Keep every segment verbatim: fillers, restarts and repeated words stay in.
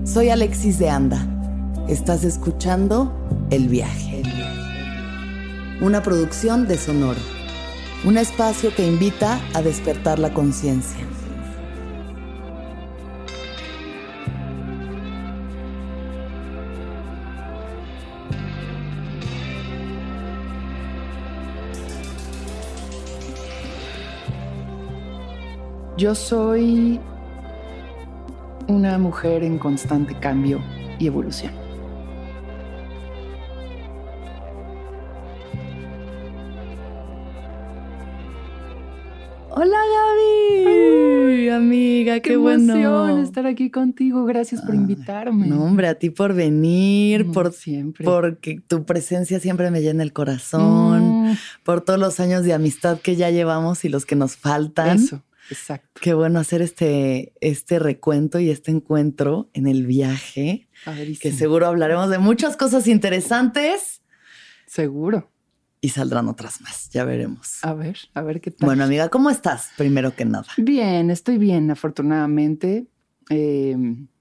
Soy Alexis de Anda. Estás escuchando El Viaje. Una producción de Sonoro. Un espacio que invita a despertar la conciencia. Yo soy una mujer en constante cambio y evolución. Hola Gaby, Ay, amiga, qué, qué bueno emoción estar aquí contigo. Gracias por Ay, invitarme. No, hombre, a ti por venir, no, por siempre, porque tu presencia siempre me llena el corazón, mm. por todos los años de amistad que ya llevamos y los que nos faltan. Eso. Exacto. Qué bueno hacer este, este recuento y este encuentro en El Viaje. Que seguro hablaremos de muchas cosas interesantes. Seguro. Y saldrán otras más, ya veremos. A ver, a ver qué tal. Bueno, amiga, ¿cómo estás? Primero que nada. Bien, estoy bien, afortunadamente. Eh,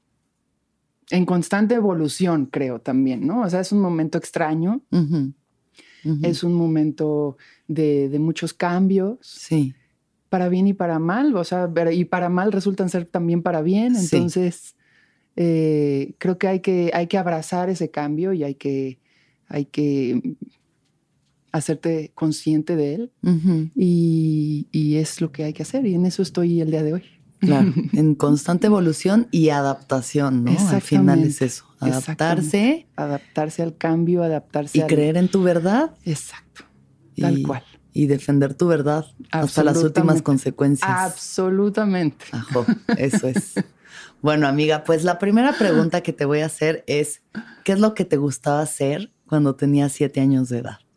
en constante evolución, creo también, ¿no? O sea, es un momento extraño. Uh-huh. Uh-huh. Es un momento de, de muchos cambios. Sí. Para bien y para mal, o sea, y para mal resultan ser también para bien. Entonces, sí. eh, creo que hay que hay que abrazar ese cambio y hay que, hay que hacerte consciente de él. Uh-huh. y, y es lo que hay que hacer. Y en eso estoy el día de hoy. Claro, en constante evolución y adaptación, ¿no? Al final es eso, adaptarse. Adaptarse al cambio, adaptarse y al... creer en tu verdad. Exacto, tal y... cual. Y defender tu verdad hasta las últimas consecuencias. Absolutamente. Ajo, eso es. Bueno, amiga, pues la primera pregunta que te voy a hacer es, ¿qué es lo que te gustaba hacer cuando tenías siete años de edad?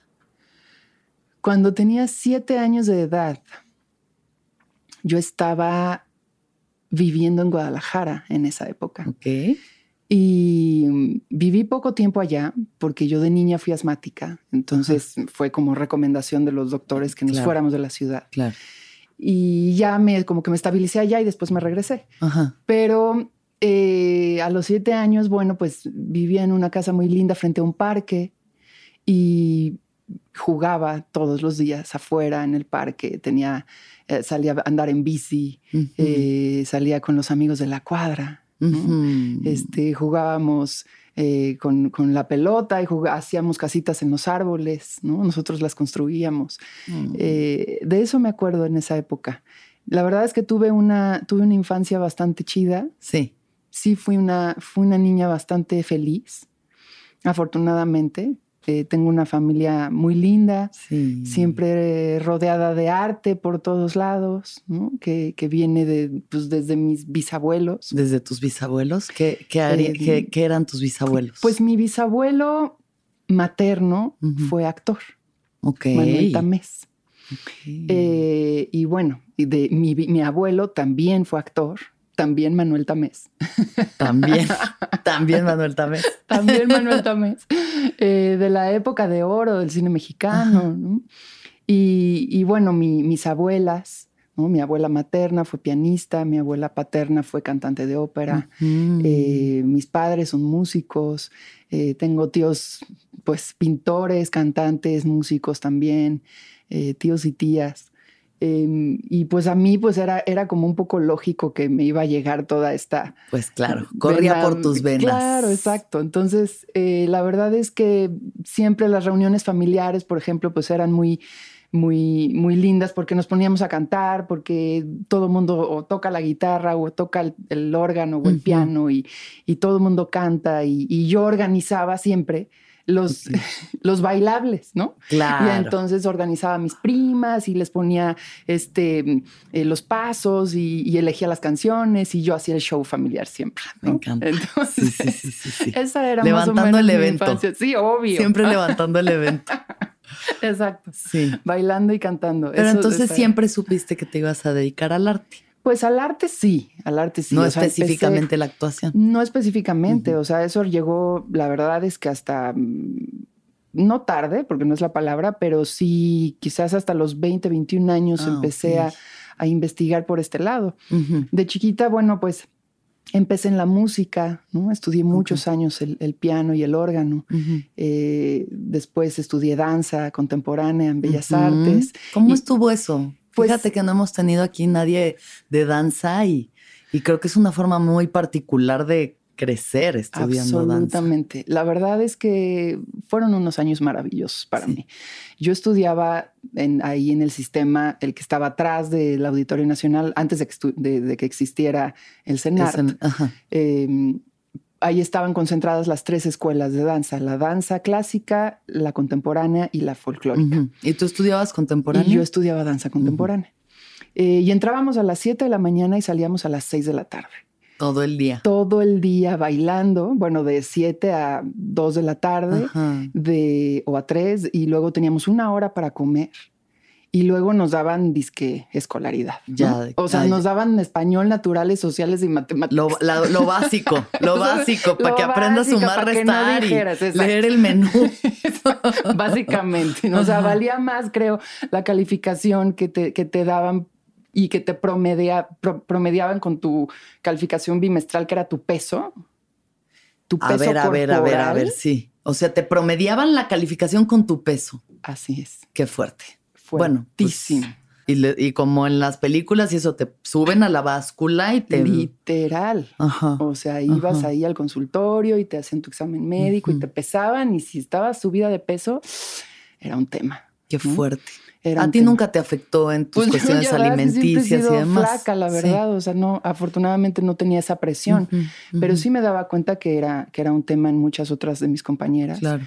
Cuando tenía siete años de edad, yo estaba viviendo en Guadalajara en esa época. Ok. Y viví poco tiempo allá porque yo de niña fui asmática. Entonces Ajá. fue como recomendación de los doctores que nos claro. fuéramos de la ciudad. Claro. Y ya me, como que me estabilicé allá y después me regresé. Ajá. Pero eh, a los siete años, bueno, pues vivía en una casa muy linda frente a un parque y jugaba todos los días afuera en el parque. Tenía, eh, salía a andar en bici, uh-huh. eh, salía con los amigos de la cuadra. ¿no? Uh-huh. Este, jugábamos eh, con, con la pelota y jugá, hacíamos casitas en los árboles, ¿no? Nosotros las construíamos. Uh-huh. Eh, de eso me acuerdo en esa época. La verdad es que tuve una, tuve una infancia bastante chida. Sí. Sí, fui una, fui una niña bastante feliz, afortunadamente. Eh, tengo una familia muy linda, sí. siempre rodeada de arte por todos lados, ¿no? que, que viene de, pues, desde mis bisabuelos. ¿Desde tus bisabuelos? ¿Qué, qué, haría, eh, qué, qué eran tus bisabuelos? Pues mi bisabuelo materno uh-huh. fue actor, okay. Manuel Tamés. Okay. Eh, y bueno, de, mi, mi abuelo también fue actor. También Manuel Tamés. También, también Manuel Tamés. También Manuel Tamés. Eh, de la época de oro del cine mexicano, ¿no? Y, y bueno, mi, mis abuelas, ¿no? Mi abuela materna fue pianista, mi abuela paterna fue cantante de ópera, uh-huh. eh, mis padres son músicos, eh, tengo tíos, pues, pintores, cantantes, músicos también, eh, tíos y tías. Eh, y pues a mí pues era, era como un poco lógico que me iba a llegar toda esta... Pues claro, corría vena, por tus venas. Claro, exacto. Entonces, eh, la verdad es que siempre las reuniones familiares, por ejemplo, pues eran muy, muy, muy lindas porque nos poníamos a cantar, porque todo el mundo o toca la guitarra o toca el, el órgano o el uh-huh. piano y, y todo el mundo canta y, y yo organizaba siempre los, okay. los bailables, ¿no? Claro. Y entonces organizaba a mis primas y les ponía este, eh, los pasos y, y elegía las canciones y yo hacía el show familiar siempre, ¿no? Me encanta. Entonces, sí, sí, sí, sí, sí. esa era levantando más o menos el mi evento. infancia. Sí, obvio. Siempre levantando el evento. Exacto. Sí. Bailando y cantando. Pero Eso, entonces esa... siempre supiste que te ibas a dedicar al arte. Pues al arte sí, al arte sí. No o específicamente sea, empecé, la actuación. No específicamente, uh-huh. o sea, eso llegó, la verdad es que hasta, no tarde, porque no es la palabra, pero sí quizás hasta los veinte, veintiún años ah, empecé okay. a, a investigar por este lado. Uh-huh. De chiquita, bueno, pues Empecé en la música, ¿no? Estudié muchos okay. años el, el piano y el órgano. Uh-huh. Eh, después estudié danza contemporánea en Bellas uh-huh. Artes. ¿Cómo y, estuvo eso? Pues, fíjate que no hemos tenido aquí nadie de danza y, y creo que es una forma muy particular de crecer estudiando absolutamente. danza. Absolutamente. La verdad es que fueron unos años maravillosos para sí. mí. Yo estudiaba en, ahí en el sistema, el que estaba atrás del Auditorio Nacional, antes de que, estu- de, de que existiera el CENART. El Cen- eh, ahí estaban concentradas las tres escuelas de danza, la danza clásica, la contemporánea y la folclórica. Uh-huh. ¿Y tú estudiabas contemporánea? Y yo estudiaba danza contemporánea. Uh-huh. eh, y entrábamos a las siete de la mañana y salíamos a las seis de la tarde. Todo el día. Todo el día bailando, bueno, de siete a dos de la tarde de, o a tres, y luego teníamos una hora para comer. Y luego nos daban disque escolaridad. Ya, ¿no? de, o sea, ay, nos daban español, naturales, sociales y matemáticas. Lo, la, lo básico, lo básico, para que aprendas a sumar, restar no dijeras, y leer el menú. Básicamente, ¿no? O sea, valía más, creo, la calificación que te, que te daban y que te promedia, pro, promediaban con tu calificación bimestral, que era tu peso. Tu peso a ver, corporal. a ver, a ver, a ver, sí. O sea, te promediaban la calificación con tu peso. Así es. Qué fuerte. Fuertísimo. Bueno, pues, y, le, y como en las películas y eso, te suben a la báscula y te... Literal. Ajá. O sea, ibas Ajá. ahí al consultorio y te hacían tu examen médico uh-huh. y te pesaban, y si estabas subida de peso, era un tema. Qué ¿no? fuerte. Era ¿A ti tema. Nunca te afectó en tus pues cuestiones yo, alimenticias he sido y demás? Flaca, la verdad. Sí. O sea, no, afortunadamente no tenía esa presión. Uh-huh, uh-huh. Pero sí me daba cuenta que era, que era un tema en muchas otras de mis compañeras. Claro.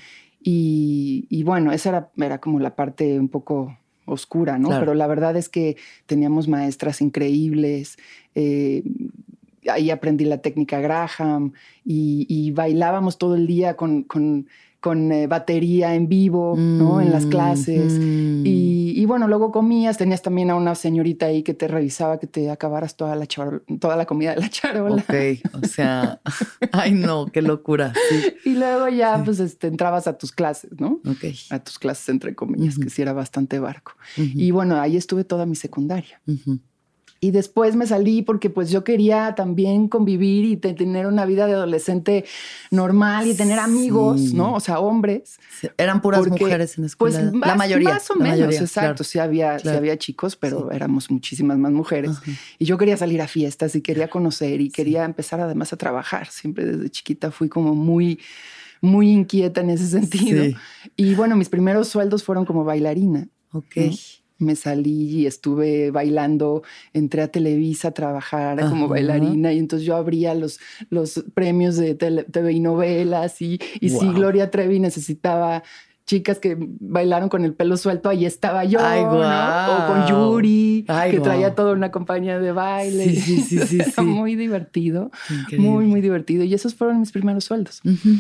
Y, y bueno, esa era, era como la parte un poco oscura, ¿no? Claro. Pero la verdad es que teníamos maestras increíbles. Eh, ahí aprendí la técnica Graham y, y bailábamos todo el día con... con con eh, batería en vivo, mm, ¿no? En las clases. Mm. Y, y bueno, luego comías, tenías también a una señorita ahí que te revisaba que te acabaras toda la, charola, toda la comida de la charola. Ok, o sea, ay no, qué locura. Sí. Y luego ya, sí. pues, este, entrabas a tus clases, ¿no? Ok. A tus clases, entre comillas, uh-huh. que sí era bastante barco. Uh-huh. Y bueno, ahí estuve toda mi secundaria. Uh-huh. Y después me salí porque pues yo quería también convivir y te, tener una vida de adolescente normal y tener amigos, sí. ¿no? O sea, hombres. Sí. Eran puras porque, mujeres en la escuela. Pues más, la mayoría. Más o la menos, mayoría, exacto. Claro. Sí, había, claro. sí había chicos, pero sí. éramos muchísimas más mujeres. Ajá. Y yo quería salir a fiestas y quería conocer y sí. quería empezar además a trabajar. Siempre desde chiquita fui como muy... muy inquieta en ese sentido. Sí. Y bueno, mis primeros sueldos fueron como bailarina. Ok. ¿no? Me salí y estuve bailando, entré a Televisa a trabajar Ajá. como bailarina y entonces yo abría los, los premios de tele, T V y novelas y, y wow. si Gloria Trevi necesitaba chicas que bailaron con el pelo suelto, ahí estaba yo, Ay, wow. ¿no? O con Yuri, Ay, que wow. traía toda una compañía de baile. Sí, sí, sí, sí, Era sí. muy divertido, Increíble. muy, muy divertido. Y esos fueron mis primeros sueldos. Uh-huh.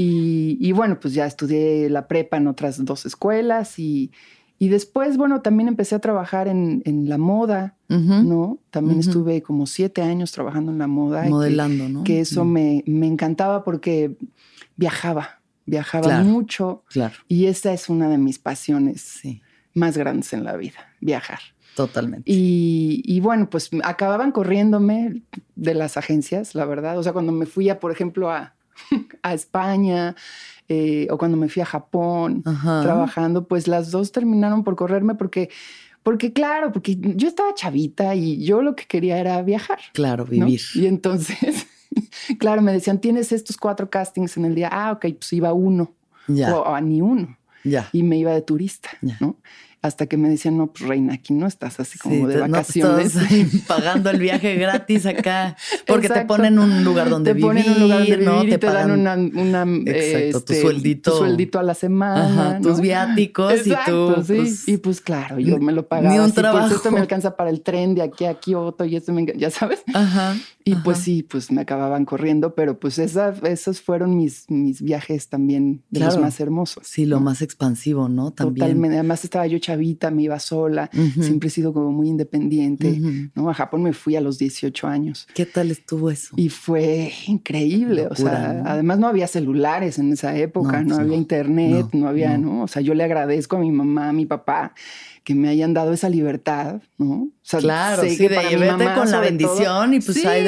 Y, y bueno, pues ya estudié la prepa en otras dos escuelas y... Y después, bueno, también empecé a trabajar en, en la moda, uh-huh. ¿no? También uh-huh. estuve como siete años trabajando en la moda. Modelando, que, ¿no? Que eso uh-huh. me, me encantaba porque viajaba, viajaba claro, mucho. Claro. Y esa es una de mis pasiones sí. más grandes en la vida, viajar. Totalmente. Y, y bueno, pues acababan corriéndome de las agencias, la verdad. O sea, cuando me fui, a, por ejemplo, a, a España... Eh, o cuando me fui a Japón Ajá. trabajando, pues las dos terminaron por correrme porque, porque claro, porque yo estaba chavita y yo lo que quería era viajar. Claro, vivir. ¿no? Y entonces, claro, me decían, tienes estos cuatro castings en el día. Ah, ok, pues iba uno ya. o, o a ni uno. Ya. Y me iba de turista, ya. ¿no? Hasta que me decían, no, pues reina, aquí no estás así como sí, de vacaciones. No, estás ahí pagando el viaje gratis acá. Porque Exacto. te ponen un lugar donde te vivir. Te ponen un lugar donde vivir ¿no? y te, te pagan... dan una... una Exacto, este, tu sueldito. Tu sueldito a la semana. Ajá, tus ¿no? viáticos. Exacto, y tú, sí. pues, y pues claro, yo me lo pagaba. Ni un así, trabajo. Pues esto me alcanza para el tren de aquí a Kioto y esto me... Ya sabes. Ajá. Y ajá. pues sí, pues me acababan corriendo. Pero pues esa, esos fueron mis, mis viajes también de claro. los más hermosos. Sí, lo ¿no? más expansivo, ¿no? También. Totalmente. Además estaba yo chavita, me iba sola. Uh-huh. Siempre he sido como muy independiente, uh-huh. ¿no? A Japón me fui a los dieciocho años. ¿Qué tal estuvo eso? Y fue increíble. Locura, o sea, ¿no? Además no había celulares en esa época, no, no había no, internet, no, no había, no. ¿no? O sea, yo le agradezco a mi mamá, a mi papá, que me hayan dado esa libertad, ¿no? O sea, claro, sé sí, que de para vete con la bendición todo, y pues sí, ahí de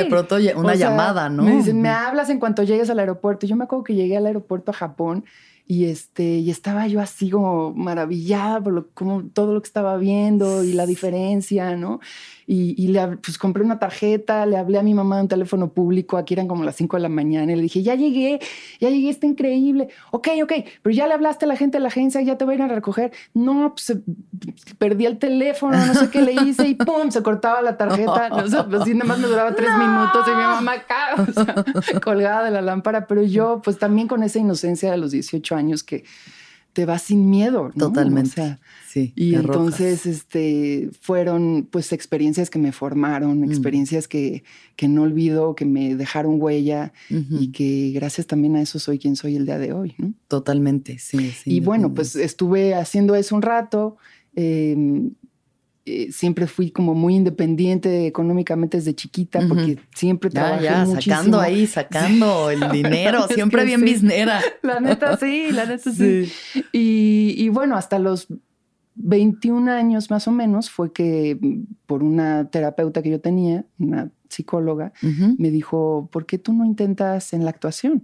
pronto una o llamada, sea, ¿no? Me dicen, me hablas en cuanto llegues al aeropuerto. Yo me acuerdo que llegué al aeropuerto a Japón y, este, y estaba yo así como maravillada por lo, como todo lo que estaba viendo y la diferencia, ¿no? Y, y le, pues compré una tarjeta, le hablé a mi mamá de un teléfono público, aquí eran como las cinco de la mañana, y le dije, ya llegué, ya llegué, está increíble. Ok, ok, pero ya le hablaste a la gente de la agencia, ya te voy a ir a recoger. No, pues perdí el teléfono, no sé qué le hice y ¡pum! Se cortaba la tarjeta. No sé, pues sí, nada más me duraba tres no. minutos y mi mamá acá, o sea, colgada de la lámpara. Pero yo, pues también con esa inocencia de los dieciocho años que te vas sin miedo, ¿no? Totalmente. O sea, sí. Y entonces este, fueron pues experiencias que me formaron, mm. experiencias que, que no olvido, que me dejaron huella uh-huh. y que gracias también a eso soy quien soy el día de hoy, ¿no? Totalmente, sí. sí y bueno, pues estuve haciendo eso un rato. Eh, eh, siempre fui como muy independiente económicamente desde chiquita uh-huh. porque siempre ya, trabajé ya, muchísimo. Sacando ahí, sacando el dinero, siempre bien sí. biznera. La neta sí, la neta sí. sí. Y, y bueno, hasta los veintiún años más o menos fue que por una terapeuta que yo tenía, una psicóloga, uh-huh. me dijo, ¿por qué tú no intentas en la actuación?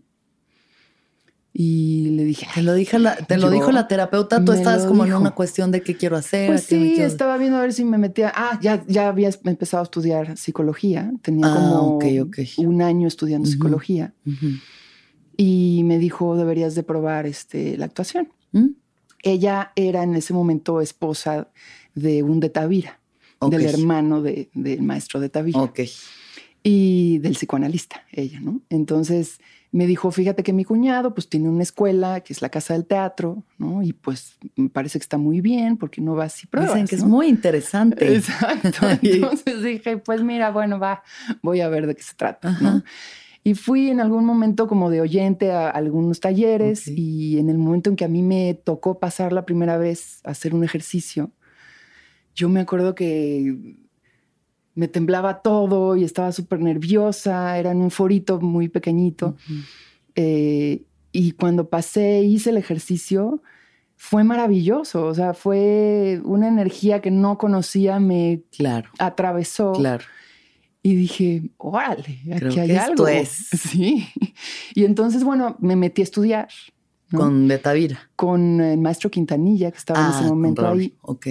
Y le dije, te lo, dije la, te lo dijo la terapeuta, tú estabas como dijo. en una cuestión de qué quiero hacer. Pues sí, quiero... estaba viendo a ver si me metía. Ah, ya, ya había empezado a estudiar psicología. Tenía ah, como okay, okay. un año estudiando uh-huh. psicología. Uh-huh. Y me dijo, deberías de probar este, la actuación. ¿Mm? Ella era en ese momento esposa de un de Tavira, okay. del hermano de, del maestro de Tavira. Okay. Y del psicoanalista, ella, ¿no? Entonces me dijo, fíjate que mi cuñado pues tiene una escuela que es la Casa del Teatro, ¿no? Y pues me parece que está muy bien porque no vas y pruebas. Dicen que ¿no? es muy interesante. Exacto. Entonces dije, pues mira, bueno, va, voy a ver de qué se trata, ajá. ¿no? Y fui en algún momento como de oyente a algunos talleres okay. y en el momento en que a mí me tocó pasar la primera vez a hacer un ejercicio, yo me acuerdo que me temblaba todo y estaba súper nerviosa, era en un forito muy pequeñito. Uh-huh. Eh, y cuando pasé, hice el ejercicio, fue maravilloso. O sea, fue una energía que no conocía, me claro. atravesó. Claro. Y dije, órale, aquí Creo hay que algo. Esto es. Sí. Y entonces, bueno, me metí a estudiar. ¿no? ¿Con de Tavira? Con el maestro Quintanilla, que estaba ah, en ese momento ahí. Ok.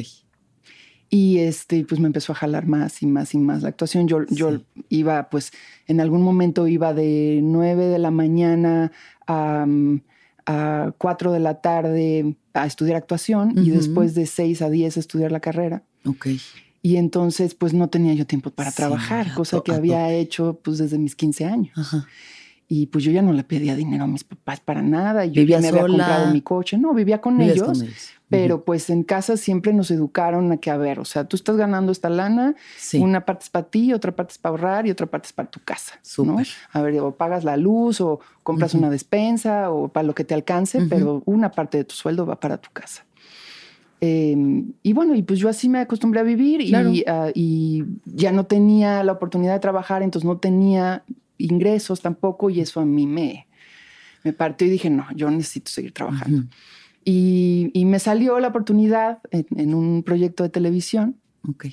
Y este, pues me empezó a jalar más y más y más la actuación. Yo, sí. yo iba, pues, en algún momento iba de nueve de la mañana a, a cuatro de la tarde a estudiar actuación uh-huh. y después de seis a diez a estudiar la carrera. Ok. Y entonces, pues, no tenía yo tiempo para sí, trabajar, cosa to- que había to- hecho, pues, desde mis quince años. Ajá. Y pues yo ya no le pedía dinero a mis papás para nada. Yo ¿Vivía ya me sola? había comprado mi coche. No, vivía con ellos. Con ellos. Pero uh-huh. pues en casa siempre nos educaron a que, a ver, o sea, tú estás ganando esta lana, sí. una parte es para ti, otra parte es para ahorrar y otra parte es para tu casa. Súper. ¿no? A ver, o pagas la luz o compras uh-huh. una despensa o para lo que te alcance, uh-huh. pero una parte de tu sueldo va para tu casa. Eh, y bueno, y pues yo así me acostumbré a vivir claro. y, uh, y ya no tenía la oportunidad de trabajar, entonces no tenía ingresos tampoco y eso a mí me, me partió y dije, no, yo necesito seguir trabajando. Uh-huh. Y, y me salió la oportunidad en, en un proyecto de televisión. Ok.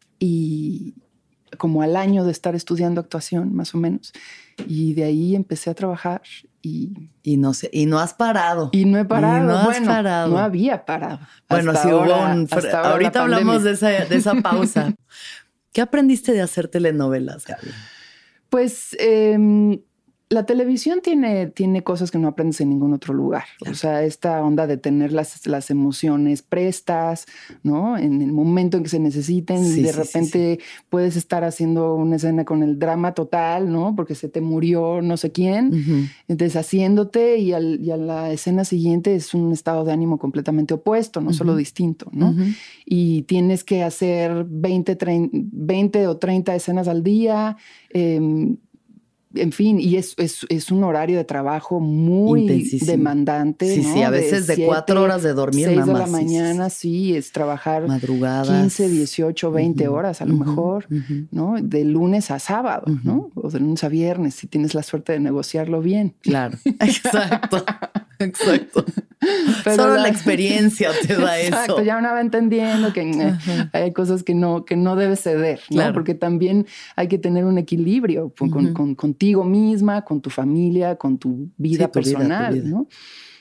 Y como al año de estar estudiando actuación, más o menos. Y de ahí empecé a trabajar y... Y no sé, y no has parado. Y no he parado. Y no has bueno, parado. No había parado. Bueno, hasta sí ahora, hubo un... hasta ahorita hablamos de esa, de esa pausa. ¿Qué aprendiste de hacer telenovelas, Gaby? Pues... Eh, la televisión tiene, tiene cosas que no aprendes en ningún otro lugar. Claro. O sea, esta onda de tener las, las emociones prestas, ¿no? En el momento en que se necesiten sí, y de sí, repente sí, sí. puedes estar haciendo una escena con el drama total, ¿no? Porque se te murió no sé quién, uh-huh. deshaciéndote y, al, y a la escena siguiente es un estado de ánimo completamente opuesto, no uh-huh. solo distinto, ¿no? Uh-huh. Y tienes que hacer veinte, treinta, veinte o treinta escenas al día, eh, en fin, y es, es, es un horario de trabajo muy demandante. Sí, ¿no? sí, a veces de, de cuatro horas de dormir nada más. seis de la mañana, sí, sí, es trabajar madrugadas. quince, dieciocho, veinte uh-huh, horas a lo uh-huh, mejor, uh-huh. ¿no? De lunes a sábado, uh-huh. ¿no? O de lunes a viernes, si tienes la suerte de negociarlo bien. Claro, exacto, exacto. Pero Solo la, la experiencia te da eso. Exacto, ya uno va entendiendo que uh-huh. hay cosas que no, que no debes ceder, ¿no? Claro. Porque también hay que tener un equilibrio con, uh-huh. con, contigo misma, con tu familia, con tu vida sí, personal, vida, vida. ¿no?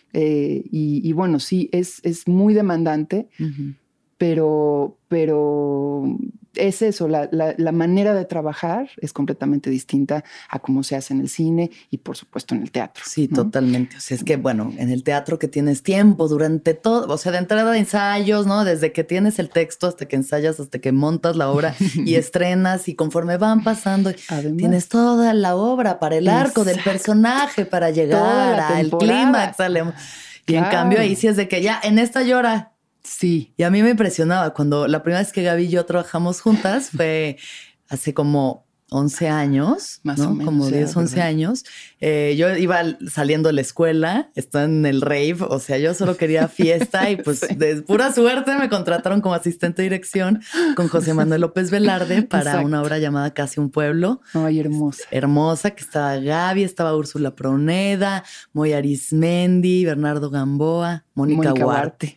Eh, y, y bueno, sí, es, es muy demandante, uh-huh. pero, pero es eso, la, la, la manera de trabajar es completamente distinta a cómo se hace en el cine y por supuesto en el teatro. Sí, ¿no? Totalmente. O sea, es que bueno, en el teatro que tienes tiempo durante todo, o sea, de entrada de ensayos, ¿no? Desde que tienes el texto hasta que ensayas, hasta que montas la obra y estrenas y conforme van pasando, además, tienes toda la obra para el arco exacto. del personaje, para llegar al clímax. Y claro. en cambio ahí sí es de que ya en esta llora. Sí. Y a mí me impresionaba cuando la primera vez que Gaby y yo trabajamos juntas fue hace como once años, más ¿no? o menos, como diez, once ¿verdad? Años. Eh, yo iba saliendo de la escuela, estaba en el rave, o sea, yo solo quería fiesta y pues sí. de pura suerte me contrataron como asistente de dirección con José Manuel López Velarde para exacto. una obra llamada Casi un pueblo. Ay, hermosa. Hermosa, que estaba Gaby, estaba Úrsula Proneda, Moy Arismendi, Bernardo Gamboa, Mónica, Mónica Huarte.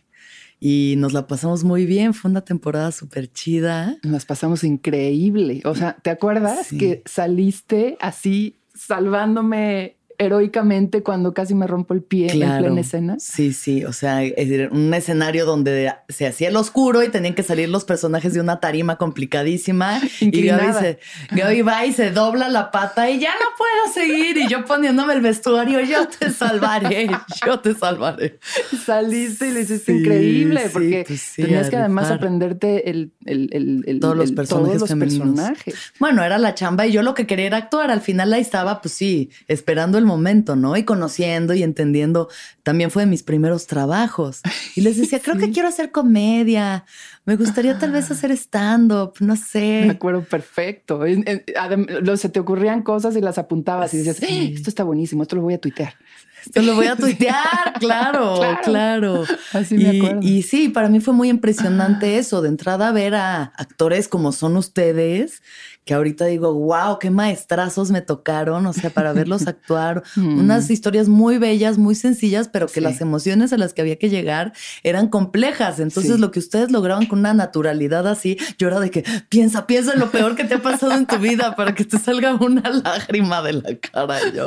Y nos la pasamos muy bien. Fue una temporada súper chida. Nos pasamos increíble. O sea, ¿te acuerdas sí. que saliste así salvándome heroicamente cuando casi me rompo el pie claro. en plena escena? Sí, sí. O sea, un escenario donde se hacía el oscuro y tenían que salir los personajes de una tarima complicadísima. Inclinada. Y Gaby, se, Gaby va y se dobla la pata y ya no puedo seguir. Y yo poniéndome el vestuario, yo te salvaré, yo te salvaré. Saliste y lo hiciste sí, increíble sí, porque pues sí, tenías que además aprenderte el, el, el, el, todos los el, personajes todos los personajes. Bueno, era la chamba y yo lo que quería era actuar. Al final ahí estaba, pues sí, esperando el momento, ¿no? Y conociendo y entendiendo. También fue de mis primeros trabajos. Y les decía, creo sí. que quiero hacer comedia. Me gustaría tal vez hacer stand-up, no sé. Me acuerdo perfecto. En, en, en, se te ocurrían cosas y las apuntabas y decías, sí. esto está buenísimo, esto lo voy a tuitear. Esto lo voy a tuitear, claro, claro, claro. Así me y, acuerdo. Y sí, para mí fue muy impresionante eso, de entrada ver a actores como son ustedes, que ahorita digo, wow, qué maestrazos me tocaron, o sea, para verlos actuar. mm. Unas historias muy bellas, muy sencillas, pero que sí. las emociones a las que había que llegar eran complejas. Entonces sí. lo que ustedes lograban con una naturalidad así, yo era de que piensa, piensa en lo peor que te ha pasado en tu vida para que te salga una lágrima de la cara. Yo.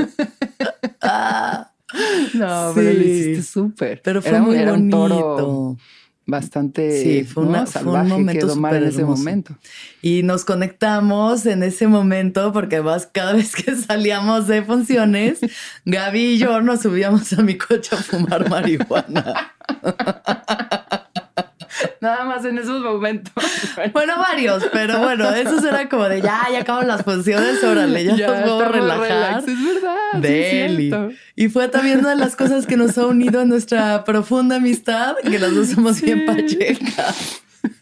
ah. No, sí. pero lo hiciste súper. Pero fue era, muy era bonito. Un toro bastante sí, fue, una, ¿no? salvaje fue un momento que domar en ese hermoso. momento. Y nos conectamos en ese momento porque además cada vez que salíamos de funciones, Gaby y yo nos subíamos a mi coche a fumar marihuana. Nada más en esos momentos. Bueno, varios, pero bueno, eso era como de ya, ya acaban las funciones, órale, ya, ya nos puedo relajar. Relax, es verdad. De él. Y, y fue también una de las cosas que nos ha unido a nuestra profunda amistad, que las dos somos sí. bien pachecas.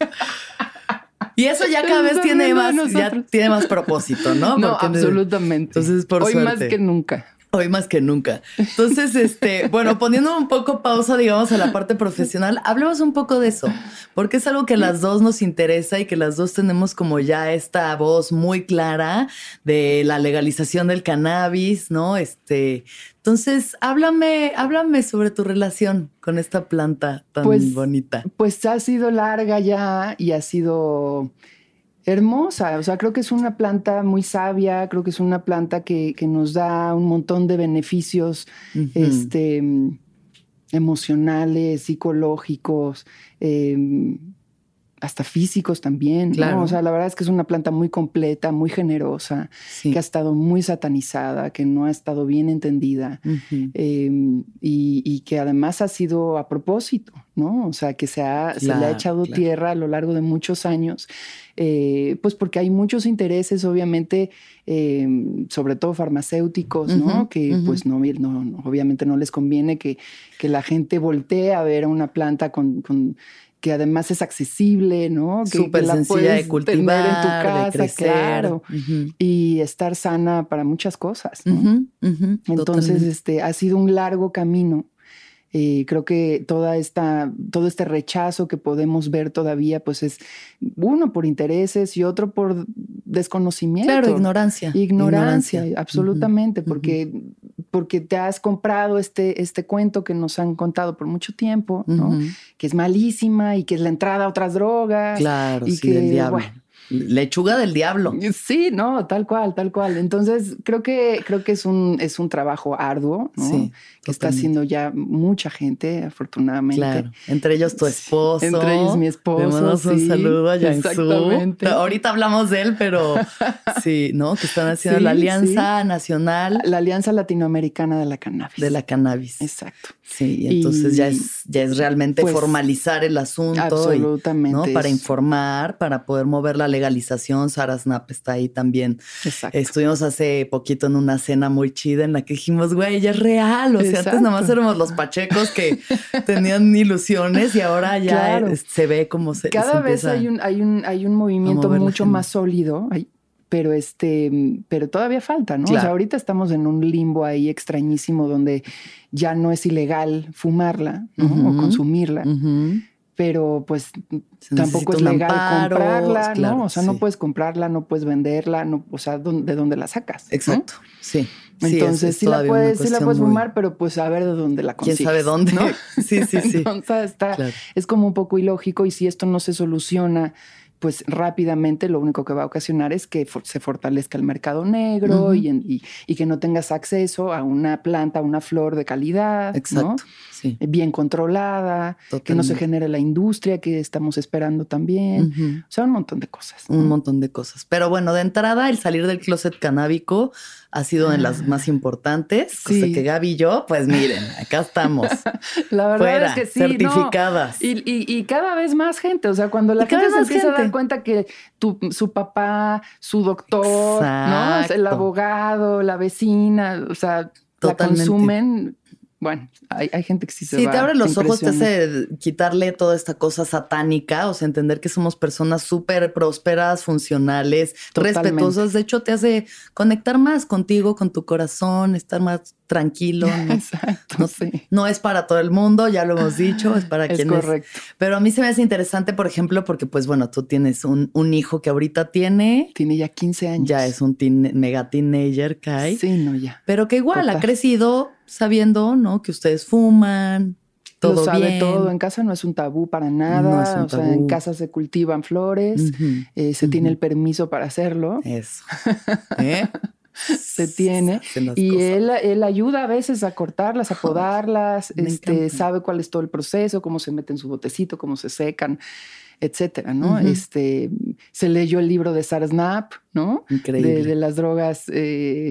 Y eso ya cada vez tiene más, ya tiene más propósito, ¿no? No, porque absolutamente. Entonces, por Hoy suerte. más que nunca. Hoy más que nunca. Entonces, este, bueno, poniendo un poco pausa, digamos, a la parte profesional, hablemos un poco de eso, porque es algo que a las dos nos interesa y que las dos tenemos como ya esta voz muy clara de la legalización del cannabis, ¿no? Este, entonces, háblame, háblame sobre tu relación con esta planta tan pues, bonita. Pues ha sido larga ya y ha sido hermosa. O sea, creo que es una planta muy sabia, creo que es una planta que, que nos da un montón de beneficios uh-huh. este, emocionales, psicológicos, eh, hasta físicos también. Claro. ¿no? O sea, la verdad es que es una planta muy completa, muy generosa, sí. que ha estado muy satanizada, que no ha estado bien entendida uh-huh. eh, y, y que además ha sido a propósito, ¿no? O sea, que se, ha, claro, se le ha echado claro. tierra a lo largo de muchos años. Eh, pues porque hay muchos intereses, obviamente, eh, sobre todo farmacéuticos, uh-huh, ¿no? Que uh-huh. pues no, no, no, obviamente no les conviene que, que la gente voltee a ver a una planta con, con que además es accesible, ¿no? Que, súper que la sencilla de cultivar, tener en tu casa, de crecer. Claro, uh-huh. y estar sana para muchas cosas, ¿no? Uh-huh, uh-huh, Entonces, totalmente. este, ha sido un largo camino. Eh, creo que toda esta, todo este rechazo que podemos ver todavía, pues es uno por intereses y otro por desconocimiento. Claro, ignorancia. Ignorancia, ignorancia. absolutamente, Uh-huh. porque, porque te has comprado este, este cuento que nos han contado por mucho tiempo, ¿no? Uh-huh. Que es malísima y que es la entrada a otras drogas. Claro, y sí, que, del diablo. Bueno, lechuga del diablo. Sí, no, tal cual, tal cual. Entonces creo que creo que es un es un trabajo arduo, ¿no? Sí, que está haciendo ya mucha gente, afortunadamente. Claro. Entre ellos tu esposo. Entre ellos mi esposo. Le mandamos sí, un saludo a Yansu. Exactamente. Ahorita hablamos de él, pero sí, ¿no? Que están haciendo sí, la Alianza sí. Nacional. La Alianza Latinoamericana de la Cannabis. De la Cannabis. Exacto. Sí, y entonces y, ya es ya es realmente pues, formalizar el asunto. Absolutamente. Y, ¿no? Para informar, para poder mover la legalización. Sara Snap está ahí también. Exacto. Estuvimos hace poquito en una cena muy chida en la que dijimos, güey, ya es real. O sea, Exacto. antes nada más éramos los pachecos que tenían ilusiones y ahora ya claro. se ve como se Cada se vez hay un, hay un, hay un movimiento mucho más sólido. Hay, Pero este, pero todavía falta, ¿no? Claro. O sea, ahorita estamos en un limbo ahí extrañísimo donde ya no es ilegal fumarla, ¿no? Uh-huh. O consumirla. Uh-huh. Pero pues se tampoco es legal amparo, comprarla, claro, ¿no? O sea, sí. no puedes comprarla, no puedes venderla, no, o sea, ¿de dónde la sacas? Exacto, ¿no? sí. Entonces sí, es, es sí, la puedes, sí la puedes muy... fumar, pero pues a ver de dónde la consigues. ¿Quién sabe dónde? ¿No? Sí, sí, sí. Entonces está, claro. es como un poco ilógico y si esto no se soluciona pues rápidamente lo único que va a ocasionar es que for- se fortalezca el mercado negro uh-huh. y, en, y, y que no tengas acceso a una planta, a una flor de calidad, Exacto, ¿no? sí. bien controlada, Totalmente. Que no se genere la industria que estamos esperando también. Uh-huh. O sea, un montón de cosas. Un ¿no? montón de cosas. Pero bueno, de entrada, el salir del closet canábico ha sido de las más importantes. Sí. Cosa que Gaby y yo, pues miren, acá estamos. La verdad Fuera, es que sí. certificadas. No. Y, y, y cada vez más gente. O sea, cuando la y gente se empieza gente. a dar cuenta que tu, su papá, su doctor, ¿no? O sea, el abogado, la vecina, o sea, Totalmente. La consumen. Bueno, hay, hay gente que sí se sí, va. Sí, te abre los ojos, te hace quitarle toda esta cosa satánica, o sea, entender que somos personas súper prósperas, funcionales, Totalmente. respetuosas. De hecho, te hace conectar más contigo, con tu corazón, estar más tranquilo. ¿no? Exacto, no, sí. no es para todo el mundo, ya lo hemos dicho, es para es quienes... correcto. Pero a mí se me hace interesante, por ejemplo, porque pues bueno, tú tienes un, un hijo que ahorita tiene... Tiene ya quince años. Ya es un teen, mega teenager, Kai. Sí, no, ya. Pero que igual Total. ha crecido sabiendo, ¿no? Que ustedes fuman, todo Lo sabe bien. todo. En casa no es un tabú para nada. No es un o tabú. sea, en casa se cultivan flores. Uh-huh. Eh, se uh-huh. tiene el permiso para hacerlo. Eso. ¿Eh? Se tiene. Y él, él ayuda a veces a cortarlas, a podarlas. Me este, encanta. sabe cuál es todo el proceso, cómo se mete en su botecito, cómo se secan, etcétera, ¿no? Uh-huh. Este, se leyó el libro de Sara Snap, ¿no? Increíble. De, de las drogas... Eh,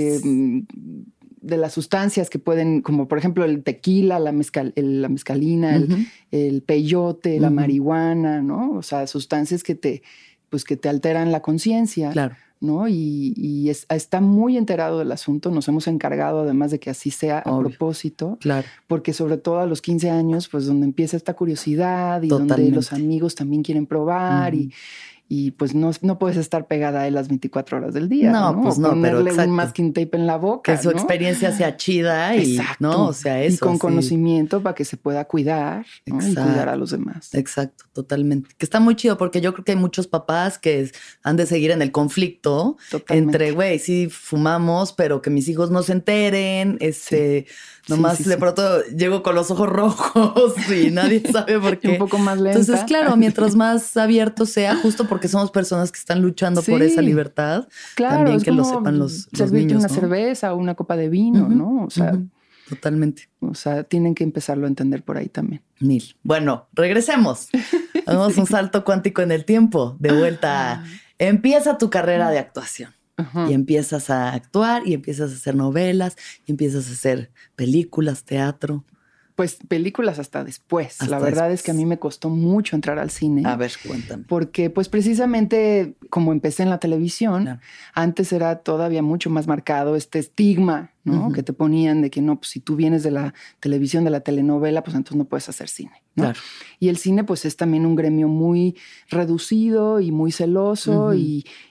eh, de las sustancias que pueden, como por ejemplo el tequila, la, mezcal, el, la mezcalina, uh-huh. el, el peyote, uh-huh. la marihuana, ¿no? O sea, sustancias que te, pues que te alteran la conciencia. Claro. ¿No? Y, y es, está muy enterado del asunto. Nos hemos encargado, además de que así sea Obvio. a propósito. Claro. Porque sobre todo a los quince años, pues donde empieza esta curiosidad y Totalmente. donde los amigos también quieren probar uh-huh. y... Y pues no, no puedes estar pegada a él las veinticuatro horas del día. No, ¿no? pues o no, ponerle pero exacto. un masking tape en la boca. Que su ¿no? experiencia sea chida y, exacto. ¿no? O sea, eso. Y con sí. conocimiento para que se pueda cuidar, ¿no? Y cuidar a los demás. Exacto, totalmente. Que está muy chido porque yo creo que hay muchos papás que han de seguir en el conflicto totalmente. Entre, güey, sí fumamos, pero que mis hijos no se enteren. Este, sí. Nomás sí, sí, de sí. pronto llego con los ojos rojos y nadie sabe por qué. Un poco más lenta. Entonces, claro, mientras más abierto sea, justo porque somos personas que están luchando sí. por esa libertad, claro, también es que como lo sepan los, los servirte niños, una ¿no? cerveza o una copa de vino, uh-huh, ¿no? O sea, uh-huh. totalmente. O sea, tienen que empezarlo a entender por ahí también. Mil. Bueno, regresemos. Hagamos un salto cuántico en el tiempo. De vuelta. Empieza tu carrera de actuación. Uh-huh. Y empiezas a actuar y empiezas a hacer novelas y empiezas a hacer películas, teatro. Pues películas hasta después. Hasta la verdad después. es que a mí me costó mucho entrar al cine. A ver, cuéntame. Porque pues precisamente como empecé en la televisión, claro. antes era todavía mucho más marcado este estigma, ¿no? Uh-huh. Que te ponían de que no, pues si tú vienes de la televisión, de la telenovela, pues entonces no puedes hacer cine, ¿no? Claro. Y el cine pues es también un gremio muy reducido y muy celoso uh-huh. y,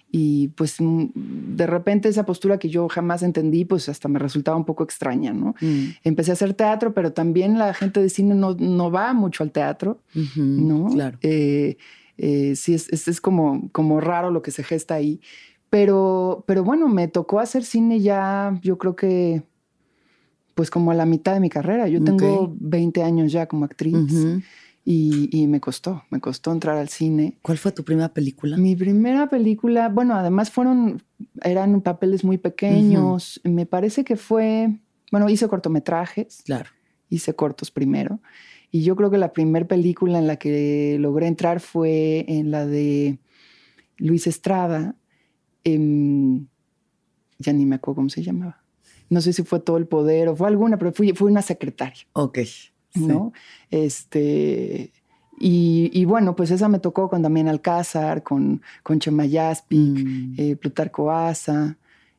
y pues de repente esa postura que yo jamás entendí, pues hasta me resultaba un poco extraña, ¿no? Mm. Empecé a hacer teatro, pero también la gente de cine no, no va mucho al teatro, uh-huh, ¿no? Claro. Eh, eh, sí, es, es, es como, como raro lo que se gesta ahí. Pero, pero bueno, me tocó hacer cine ya, yo creo que, pues como a la mitad de mi carrera. Yo tengo okay. veinte años ya como actriz. Uh-huh. Y, y me costó, me costó entrar al cine. ¿Cuál fue tu primera película? Mi primera película, bueno, además fueron, eran papeles muy pequeños. Uh-huh. Me parece que fue, bueno, hice cortometrajes. Claro. Hice cortos primero. Y yo creo que la primera película en la que logré entrar fue en la de Luis Estrada. Eh, ya ni me acuerdo cómo se llamaba. No sé si fue Todo el Poder o fue alguna, pero fui, fui una secretaria. Ok. ¿No? Sí. Este, y, y bueno, pues esa me tocó con Damián Alcázar, con, con Chema Yaspic, mm. eh, Plutarco Asa,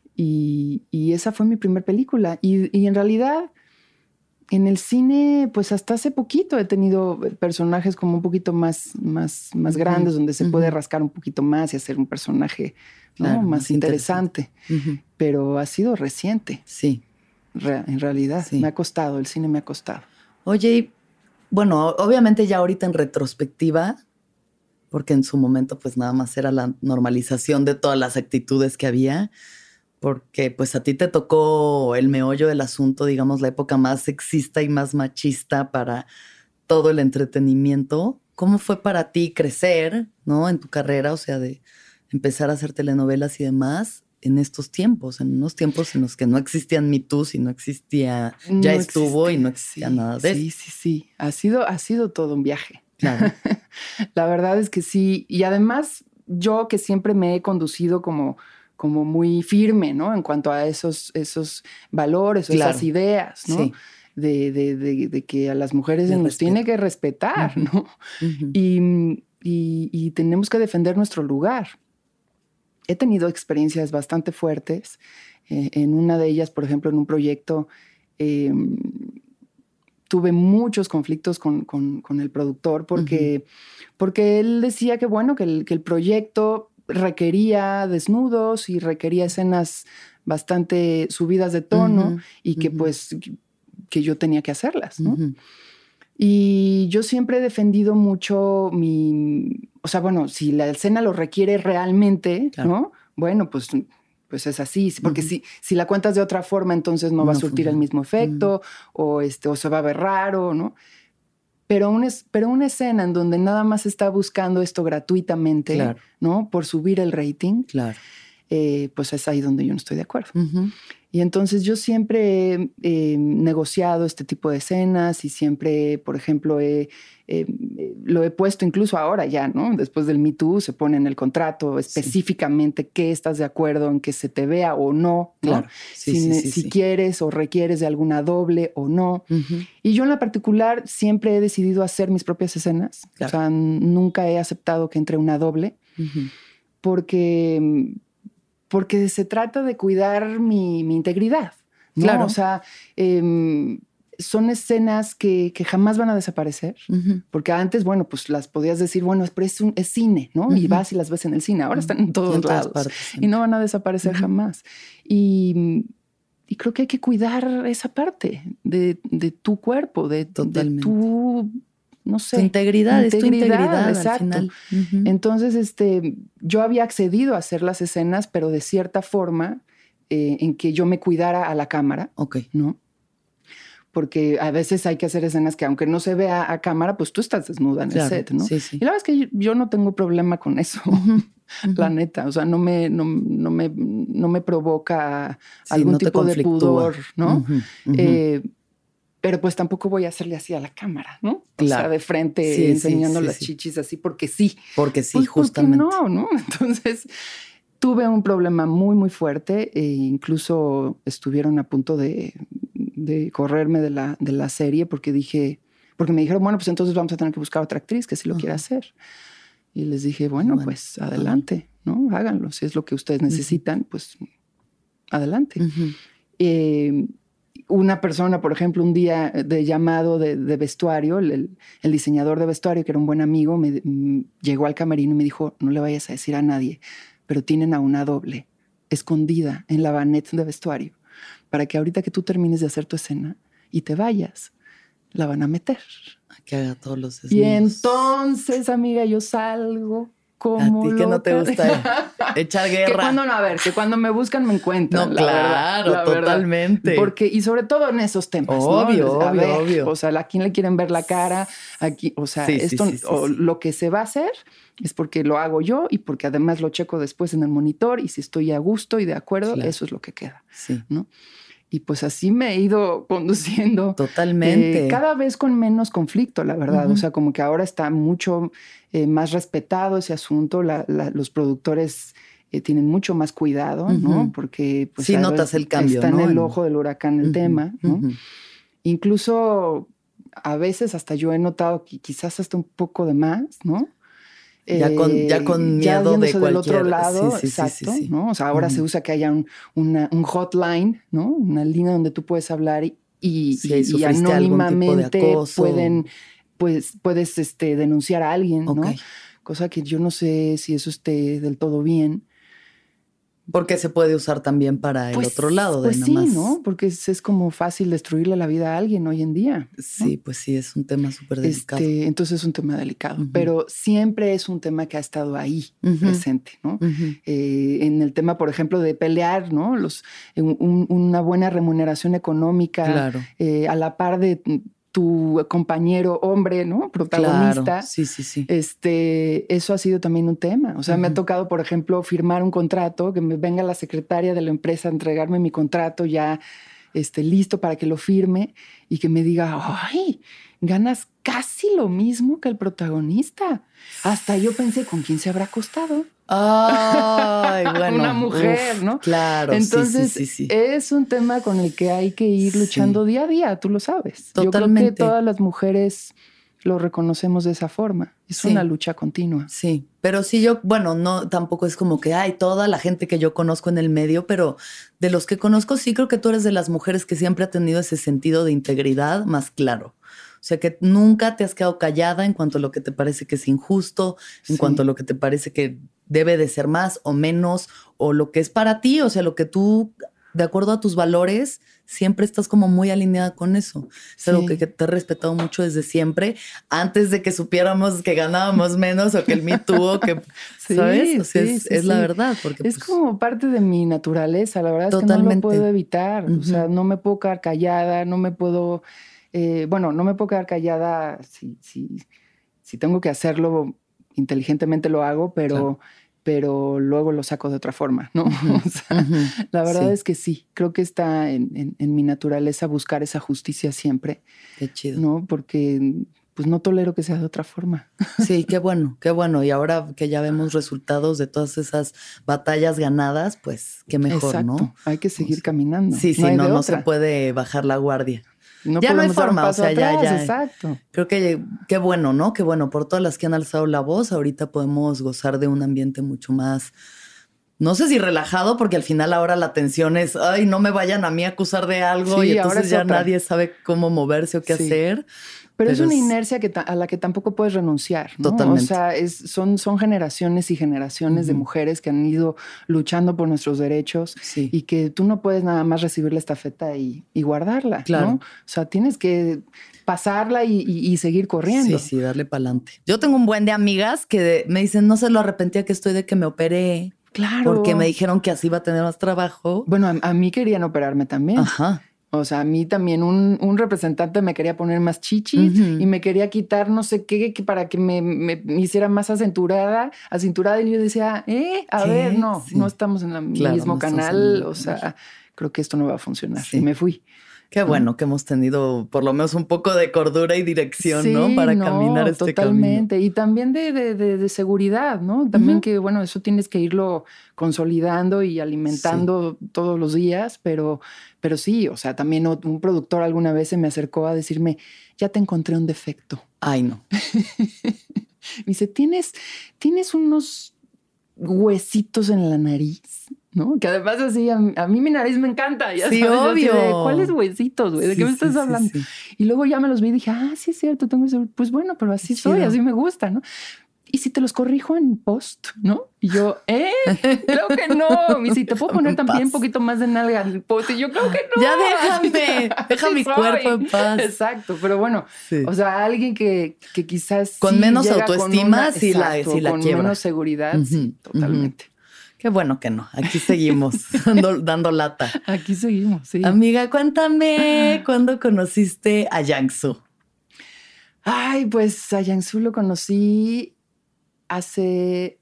y, y esa fue mi primera película. Y, y en realidad, en el cine, pues hasta hace poquito he tenido personajes como un poquito más, más, más uh-huh. grandes, donde se uh-huh. puede rascar un poquito más y hacer un personaje, ¿no? claro, más, más interesante. interesante. Uh-huh. Pero ha sido reciente. Sí. Re- en realidad, sí. me ha costado, el cine me ha costado. Oye, y bueno, obviamente ya ahorita en retrospectiva, porque en su momento pues nada más era la normalización de todas las actitudes que había, porque pues a ti te tocó el meollo del asunto, digamos, la época más sexista y más machista para todo el entretenimiento. ¿Cómo fue para ti crecer, ¿no? En tu carrera, o sea, de empezar a hacer telenovelas y demás en estos tiempos, en unos tiempos en los que no existían Me Too y no existía, no ya estuvo existe, y no existía sí, nada de sí, eso. Sí, sí, sí. Ha sido, ha sido todo un viaje. Claro. La verdad es que sí. Y además, yo que siempre me he conducido como, como muy firme, ¿no? En cuanto a esos, esos valores, claro. esas ideas, ¿no? Sí. De, de, de, de que a las mujeres se nos tiene que respetar, uh-huh. ¿no? Uh-huh. Y, y, y tenemos que defender nuestro lugar. He tenido experiencias bastante fuertes. Eh, en una de ellas, por ejemplo, en un proyecto, eh, tuve muchos conflictos con, con, con el productor porque, uh-huh. porque él decía que, bueno, que el, que el proyecto requería desnudos y requería escenas bastante subidas de tono uh-huh. y que, uh-huh. pues, que yo tenía que hacerlas, ¿no? Uh-huh. Y yo siempre he defendido mucho mi... O sea, bueno, si la escena lo requiere realmente, claro. ¿no? Bueno, pues, pues es así. Porque uh-huh. si, si la cuentas de otra forma, entonces no, no va a surtir funciona. el mismo efecto uh-huh. o, este, o se va a ver raro, ¿no? Pero, un es, pero una escena en donde nada más está buscando esto gratuitamente, claro. ¿no? Por subir el rating, claro. eh, pues es ahí donde yo no estoy de acuerdo. Uh-huh. Y entonces yo siempre he eh, negociado este tipo de escenas y siempre, por ejemplo, he, eh, lo he puesto incluso ahora ya, ¿no? Después del Me Too se pone en el contrato específicamente sí. qué estás de acuerdo en que se te vea o no, ¿no? Claro. Sí, si, sí, sí, si sí. quieres o requieres de alguna doble o no. Uh-huh. Y yo en la particular siempre he decidido hacer mis propias escenas. Claro. O sea, nunca he aceptado que entre una doble uh-huh. porque... porque se trata de cuidar mi, mi integridad, ¿no? Claro. O sea, eh, son escenas que, que jamás van a desaparecer, uh-huh. porque antes, bueno, pues las podías decir, bueno, pero es, un, es cine, ¿no? Uh-huh. Y vas y las ves en el cine. Ahora uh-huh. están en todos en lados partes, y no van a desaparecer uh-huh. jamás. Y, y creo que hay que cuidar esa parte de, de tu cuerpo, de, de tu... no sé. Tu integridad, integridad, es tu integridad, exacto. Al final. Uh-huh. Entonces, este, yo había accedido a hacer las escenas, pero de cierta forma eh, en que yo me cuidara a la cámara. Ok. ¿No? Porque a veces hay que hacer escenas que aunque no se vea a cámara, pues tú estás desnuda en claro. el set, ¿no? Sí, sí. Y la verdad es que yo, yo no tengo problema con eso, uh-huh. la uh-huh. neta. O sea, no me, no, no me, no me provoca sí, algún no tipo de pudor, ¿no? Uh-huh. Uh-huh. Eh, Pero pues tampoco voy a hacerle así a la cámara, ¿no? Claro. O sea, de frente sí, enseñando sí, sí, las sí. chichis así porque sí. Porque sí, pues justamente. Porque no, ¿no? Entonces tuve un problema muy, muy fuerte e incluso estuvieron a punto de, de correrme de la, de la serie porque dije, porque me dijeron, bueno, pues entonces vamos a tener que buscar otra actriz que sí lo uh-huh. quiera hacer. Y les dije, bueno, bueno pues adelante, uh-huh. ¿no? Háganlo. Si es lo que ustedes necesitan, uh-huh. pues adelante. Uh-huh. Eh, Una persona, por ejemplo, un día de llamado de, de vestuario, el, el diseñador de vestuario, que era un buen amigo, me, me llegó al camerino y me dijo, no le vayas a decir a nadie, pero tienen a una doble escondida en la vanette de vestuario para que ahorita que tú termines de hacer tu escena y te vayas, la van a meter. Que haga todos los desnudos. Y entonces, amiga, yo salgo como a ti que no te gusta echar guerra. Que cuando no, a ver, que cuando me buscan me encuentran. No, claro, verdad, totalmente. Verdad. Porque, y sobre todo en esos temas, obvio, ¿no? A obvio, ver, obvio. O sea, ¿a quién le quieren ver la cara? Aquí, o sea, sí, esto, sí, sí, sí, o sí. lo que se va a hacer es porque lo hago yo y porque además lo checo después en el monitor y si estoy a gusto y de acuerdo, claro. Eso es lo que queda. Sí. ¿No? Y pues así me he ido conduciendo. Totalmente. Eh, cada vez con menos conflicto, la verdad. Uh-huh. O sea, como que ahora está mucho eh, más respetado ese asunto. La, la, los productores eh, tienen mucho más cuidado, uh-huh. ¿no? Porque pues, sí notas el cambio, está ¿no? en el ojo del huracán el uh-huh. tema, ¿no? Uh-huh. Incluso a veces hasta yo he notado que quizás hasta un poco de más, ¿no? Ya con, ya con miedo ya de cualquier... del otro lado, sí, sí, exacto, sí, sí, sí. ¿no? O sea, ahora uh-huh. se usa que haya un, una, un hotline, ¿no? Una línea donde tú puedes hablar y, y, sí, y, y anónimamente pueden, pues, puedes este, denunciar a alguien, okay. ¿no? Cosa que yo no sé si eso esté del todo bien. Porque se puede usar también para el pues, otro lado. De pues nada sí, más... ¿no? Porque es, es como fácil destruirle la vida a alguien hoy en día, ¿no? Sí, pues sí, es un tema súper delicado. Este, entonces es un tema delicado, uh-huh. pero siempre es un tema que ha estado ahí uh-huh. presente, ¿no? Uh-huh. Eh, en el tema, por ejemplo, de pelear, ¿no? Los, un, una buena remuneración económica, claro. eh, a la par de tu compañero hombre, ¿no? Protagonista. Claro. Sí, sí, sí. Este, eso ha sido también un tema. O sea, uh-huh. me ha tocado, por ejemplo, firmar un contrato, que me venga la secretaria de la empresa a entregarme mi contrato ya este, listo para que lo firme y que me diga, ¡ay! Ganas casi lo mismo que el protagonista. Hasta yo pensé, ¿con quién se habrá acostado? Ay, bueno. Una mujer, uf, ¿no? Claro, entonces, sí, sí, sí, sí. es un tema con el que hay que ir luchando sí. día a día, tú lo sabes. Totalmente. Yo creo que todas las mujeres lo reconocemos de esa forma. Es sí. una lucha continua. Sí, pero sí yo, bueno, no, tampoco es como que hay toda la gente que yo conozco en el medio, pero de los que conozco sí creo que tú eres de las mujeres que siempre ha tenido ese sentido de integridad más claro. O sea, que nunca te has quedado callada en cuanto a lo que te parece que es injusto, en sí. cuanto a lo que te parece que debe de ser más o menos, o lo que es para ti, o sea, lo que tú, de acuerdo a tus valores, siempre estás como muy alineada con eso. Es sí. algo que, que te he respetado mucho desde siempre, antes de que supiéramos que ganábamos menos o que el Me Too, o que, sí, ¿sabes? O sea, sí, es, sí, es sí. la verdad. Porque, es pues, como parte de mi naturaleza, la verdad totalmente. Es que no lo puedo evitar. Uh-huh. O sea, no me puedo quedar callada, no me puedo... Eh, bueno, no me puedo quedar callada si, si, si tengo que hacerlo inteligentemente lo hago, pero, claro. pero luego lo saco de otra forma, ¿no? Uh-huh. O sea, uh-huh. La verdad sí. es que sí, creo que está en, en, en mi naturaleza buscar esa justicia siempre. Qué chido. ¿No? Porque pues no tolero que sea de otra forma. Sí, qué bueno, qué bueno. Y ahora que ya vemos resultados de todas esas batallas ganadas, pues qué mejor, Exacto. ¿no? Hay que seguir pues, caminando. Sí, sí, no, no, no se puede bajar la guardia. No ya no hay forma, o sea, atrás, ya, ya. Exacto. Creo que qué bueno, ¿no? Qué bueno, por todas las que han alzado la voz, ahorita podemos gozar de un ambiente mucho más, no sé si relajado, porque al final ahora la tensión es, ay, no me vayan a mí a acusar de algo, sí, y entonces ya otra. nadie sabe cómo moverse o qué sí. hacer. Pero, Pero es una es... inercia que a la que tampoco puedes renunciar, ¿no? Totalmente. O sea, es, son, son generaciones y generaciones uh-huh. de mujeres que han ido luchando por nuestros derechos sí. y que tú no puedes nada más recibir la estafeta y, y guardarla, claro. ¿no? O sea, tienes que pasarla y, y, y seguir corriendo. Sí, sí, darle para adelante. Yo tengo un buen de amigas que me dicen, no se lo arrepentía que estoy de que me operé. Claro. Porque me dijeron que así iba a tener más trabajo. Bueno, a, a mí querían operarme también. Ajá. O sea, a mí también un, un representante me quería poner más chichis uh-huh. y me quería quitar no sé qué que para que me, me, me hiciera más acinturada, acinturada. Y yo decía, eh, a ¿Qué? ver, no, sí. no estamos en el claro, mismo no canal. O sea, canal. creo que esto no va a funcionar. Sí. Y me fui. Qué bueno que hemos tenido por lo menos un poco de cordura y dirección, sí, ¿no? Para no, caminar este totalmente. camino. Y también de, de, de, de seguridad, ¿no? También uh-huh. que, bueno, eso tienes que irlo consolidando y alimentando sí. todos los días, pero, pero sí, o sea, también un productor alguna vez se me acercó a decirme, ya te encontré un defecto. Ay, no. Me dice, ¿tienes, tienes unos huesitos en la nariz, ¿no? Que además así, a mí, a mí mi nariz me encanta. Ya sí, sabes, obvio. De, ¿cuáles huesitos, güey? ¿De sí, qué me estás sí, hablando? Sí, sí. Y luego ya me los vi y dije, ah, sí es cierto, tengo ese... Pues bueno, pero así soy, así me gusta, ¿no? ¿y si te los corrijo en post? ¿No? Y yo, ¿eh? Creo que no. Y si te puedo poner también un poquito más de nalga en el post. Y yo creo que no. Ya déjame, deja mi soy. cuerpo en paz. Exacto, pero bueno, sí. O sea, alguien que, que quizás con sí menos autoestima, sí la, sí la con quiebra. Con menos seguridad, uh-huh, sí, totalmente. Uh-huh. Qué bueno que no. Aquí seguimos dando, dando lata. Aquí seguimos, sí. Amiga, cuéntame, ¿cuándo conociste a Yang-Su? Ay, pues a Yang-Su lo conocí hace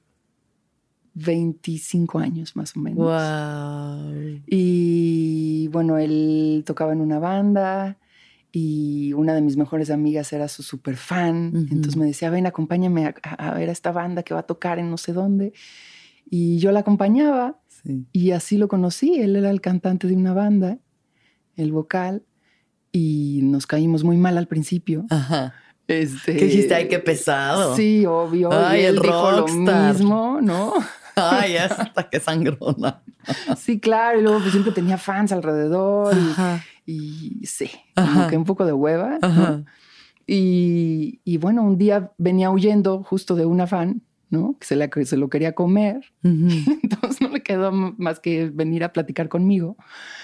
veinticinco años más o menos. Wow. Y bueno, él tocaba en una banda y una de mis mejores amigas era su super fan. Uh-huh. Entonces me decía, ven, acompáñame a, a ver a esta banda que va a tocar en no sé dónde. Y yo la acompañaba sí. y así lo conocí. Él era el cantante de una banda, el vocal, y nos caímos muy mal al principio. Ajá. Este, ¿Qué dijiste? Ay, qué pesado. Sí, obvio. Ay, y él el dijo rockstar. Lo mismo, ¿no? Ay, hasta que sangrona. Sí, claro. Y luego pues, siempre tenía fans alrededor. Y, y sí, Ajá. como que un poco de hueva. ¿no? Y, y bueno, un día venía huyendo justo de una fan, ¿no? Que se, la, que se lo quería comer. Uh-huh. Entonces no le quedó más que venir a platicar conmigo.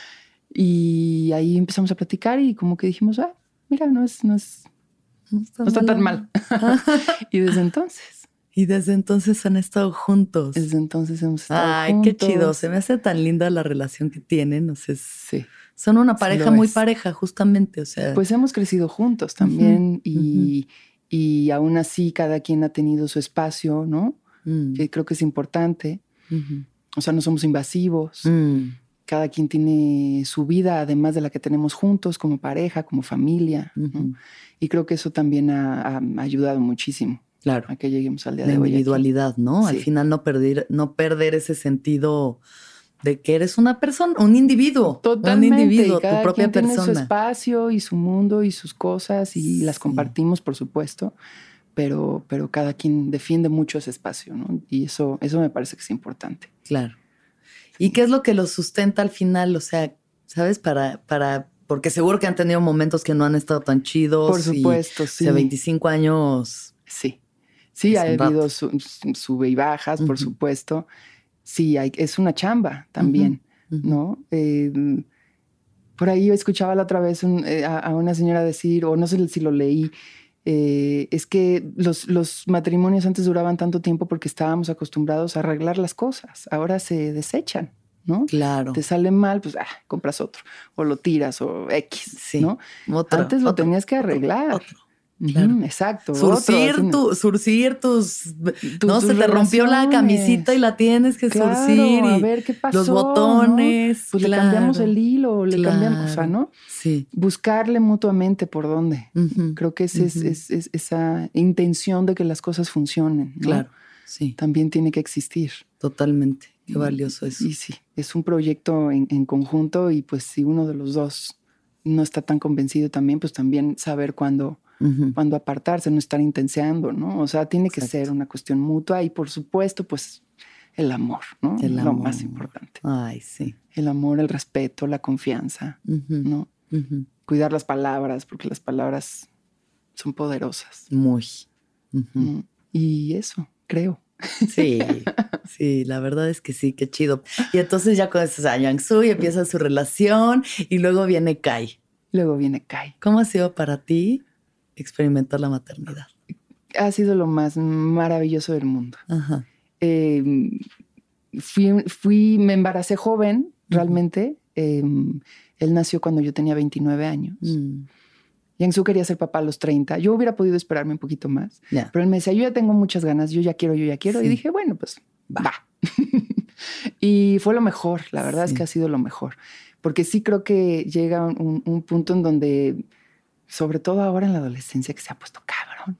Y ahí empezamos a platicar y como que dijimos, ah, mira, no es, no es, no está, no está tan mal. Y desde entonces. Y desde entonces han estado juntos. Desde entonces hemos estado Ay, juntos. Ay, qué chido. Se me hace tan linda la relación que tienen. O sea, sí. Son una pareja sí muy es. pareja, justamente. O sea. Pues hemos crecido juntos también. Uh-huh. Y, uh-huh. y aún así cada quien ha tenido su espacio, ¿no? Mm. Que creo que es importante. Uh-huh. O sea, no somos invasivos. Mm. Cada quien tiene su vida, además de la que tenemos juntos, como pareja, como familia. Uh-huh. ¿no? Y creo que eso también ha, ha ayudado muchísimo. Claro. A que lleguemos al día la de hoy. La individualidad, aquí. ¿no? Sí. Al final no perder, no perder ese sentido de que eres una persona, un individuo. Totalmente. Un individuo, y cada tu propia quien tiene persona. Su espacio y su mundo y sus cosas y sí. Las compartimos, por supuesto. Pero, pero cada quien defiende mucho ese espacio, ¿no? Y eso, eso me parece que es importante. Claro. ¿Y qué es lo que los sustenta al final? O sea, ¿sabes? Para, para, porque seguro que han tenido momentos que no han estado tan chidos. Por supuesto, y, sí. O sea, veinticinco años. Sí. Sí, ha habido su, sube y bajas, uh-huh. por supuesto. Sí, hay, es una chamba también, uh-huh. ¿no? Eh, por ahí yo escuchaba la otra vez un, eh, a, a una señora decir, o no sé si lo leí, Eh, es que los, los matrimonios antes duraban tanto tiempo porque estábamos acostumbrados a arreglar las cosas. Ahora se desechan, ¿no? Claro. Te sale mal, pues ah, compras otro. O lo tiras o X, sí. ¿no? Otro, antes lo otro, tenías que arreglar. Otro, otro. Claro. Uh-huh, exacto. Surcir, otro, tu, surcir tus... tus no, tus se te rompió la camisita y la tienes que claro, surcir. Y a ver qué pasó. Los botones. ¿no? Pues claro, le cambiamos el hilo, le claro, cambiamos, o sea, ¿no? Sí. Buscarle mutuamente por dónde. Uh-huh, Creo que ese uh-huh. es, es, es esa intención de que las cosas funcionen, ¿no? Claro, sí. También tiene que existir. Totalmente. Qué valioso eso. Y sí, es un proyecto en, en conjunto y pues si uno de los dos no está tan convencido también, pues también saber cuándo... Uh-huh. Cuando apartarse, no estar intenseando, ¿no? O sea, tiene que Exacto. ser una cuestión mutua y por supuesto, pues el amor, ¿no? El Lo amor. más importante. Ay, sí. El amor, el respeto, la confianza, uh-huh. ¿no? Uh-huh. Cuidar las palabras, porque las palabras son poderosas. Muy. Uh-huh. Y eso, creo. Sí, sí, la verdad es que sí, qué chido. Y entonces ya conoces a Yang-Su y empieza su relación y luego viene Kai. Luego viene Kai. ¿Cómo ha sido para ti experimentar la maternidad? Ha sido lo más maravilloso del mundo. Ajá. Eh, fui, fui, me embaracé joven, uh-huh. realmente. Eh, él nació cuando yo tenía veintinueve años. Mm. Yang-Su quería ser papá a los treinta. Yo hubiera podido esperarme un poquito más. Yeah. Pero él me decía, yo ya tengo muchas ganas, yo ya quiero, yo ya quiero. Sí. Y dije, bueno, pues va. va. Y fue lo mejor, la verdad sí. es que ha sido lo mejor. Porque sí creo que llega un, un punto en donde... Sobre todo ahora en la adolescencia que se ha puesto cabrón.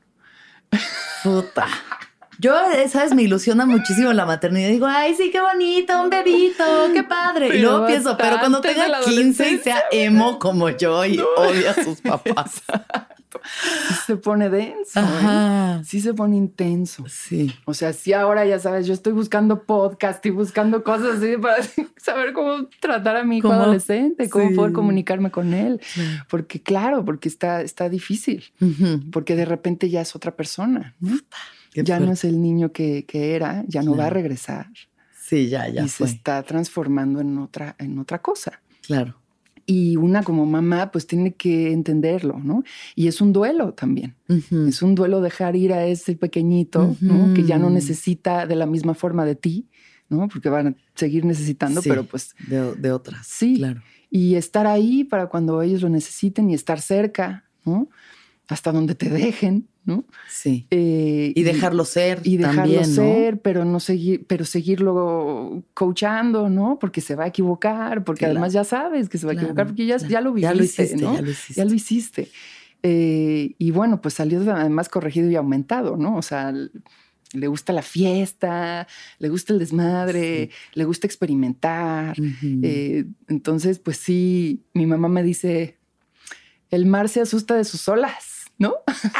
Puta. Yo, ¿sabes? Me ilusiona muchísimo la maternidad. Digo, ay, sí, qué bonito, un bebito, qué padre. Pero y luego pienso, pero cuando tenga quince y sea emo como yo y no. odie a sus papás. Sí se pone denso. Ajá. ¿eh? Sí se pone intenso. Sí. O sea, sí ahora ya sabes, yo estoy buscando podcast y buscando cosas así para saber cómo tratar a mi hijo ¿Cómo? adolescente, cómo sí. poder comunicarme con él. Sí. Porque claro, porque está, está difícil. Uh-huh. Porque de repente ya es otra persona, ¿no? Qué ya fuerte. No es el niño que, que era, ya no claro. va a regresar. Sí, ya, ya Y fue. se está transformando en otra, en otra cosa. Claro. Y una como mamá pues tiene que entenderlo, ¿no? Y es un duelo también. Uh-huh. Es un duelo dejar ir a ese pequeñito, uh-huh. ¿no? Que ya no necesita de la misma forma de ti, ¿no? Porque van a seguir necesitando, sí, pero pues... De, de otras, sí, claro. Y estar ahí para cuando ellos lo necesiten y estar cerca, ¿no? Hasta donde te dejen, ¿no? Sí. Eh, y dejarlo ser y dejarlo también, ser, ¿no? pero no seguir, pero seguirlo coachando, ¿no? Porque se va a equivocar, porque claro. además ya sabes que se va claro, a equivocar, porque ya, claro. ya lo viviste, ya lo hiciste, ¿no? Ya lo hiciste. Ya lo hiciste. Eh, y bueno, pues salió además corregido y aumentado, ¿no? O sea, le gusta la fiesta, le gusta el desmadre, sí. le gusta experimentar. Uh-huh. Eh, entonces, pues sí, mi mamá me dice, el mar se asusta de sus olas, ¿no?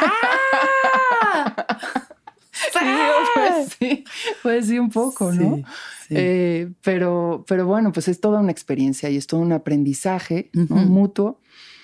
¡Ah! Sí, pues sí, pues sí, un poco, ¿no? Sí, sí. Eh, pero, pero bueno, pues es toda una experiencia y es todo un aprendizaje, uh-huh. ¿no? mutuo.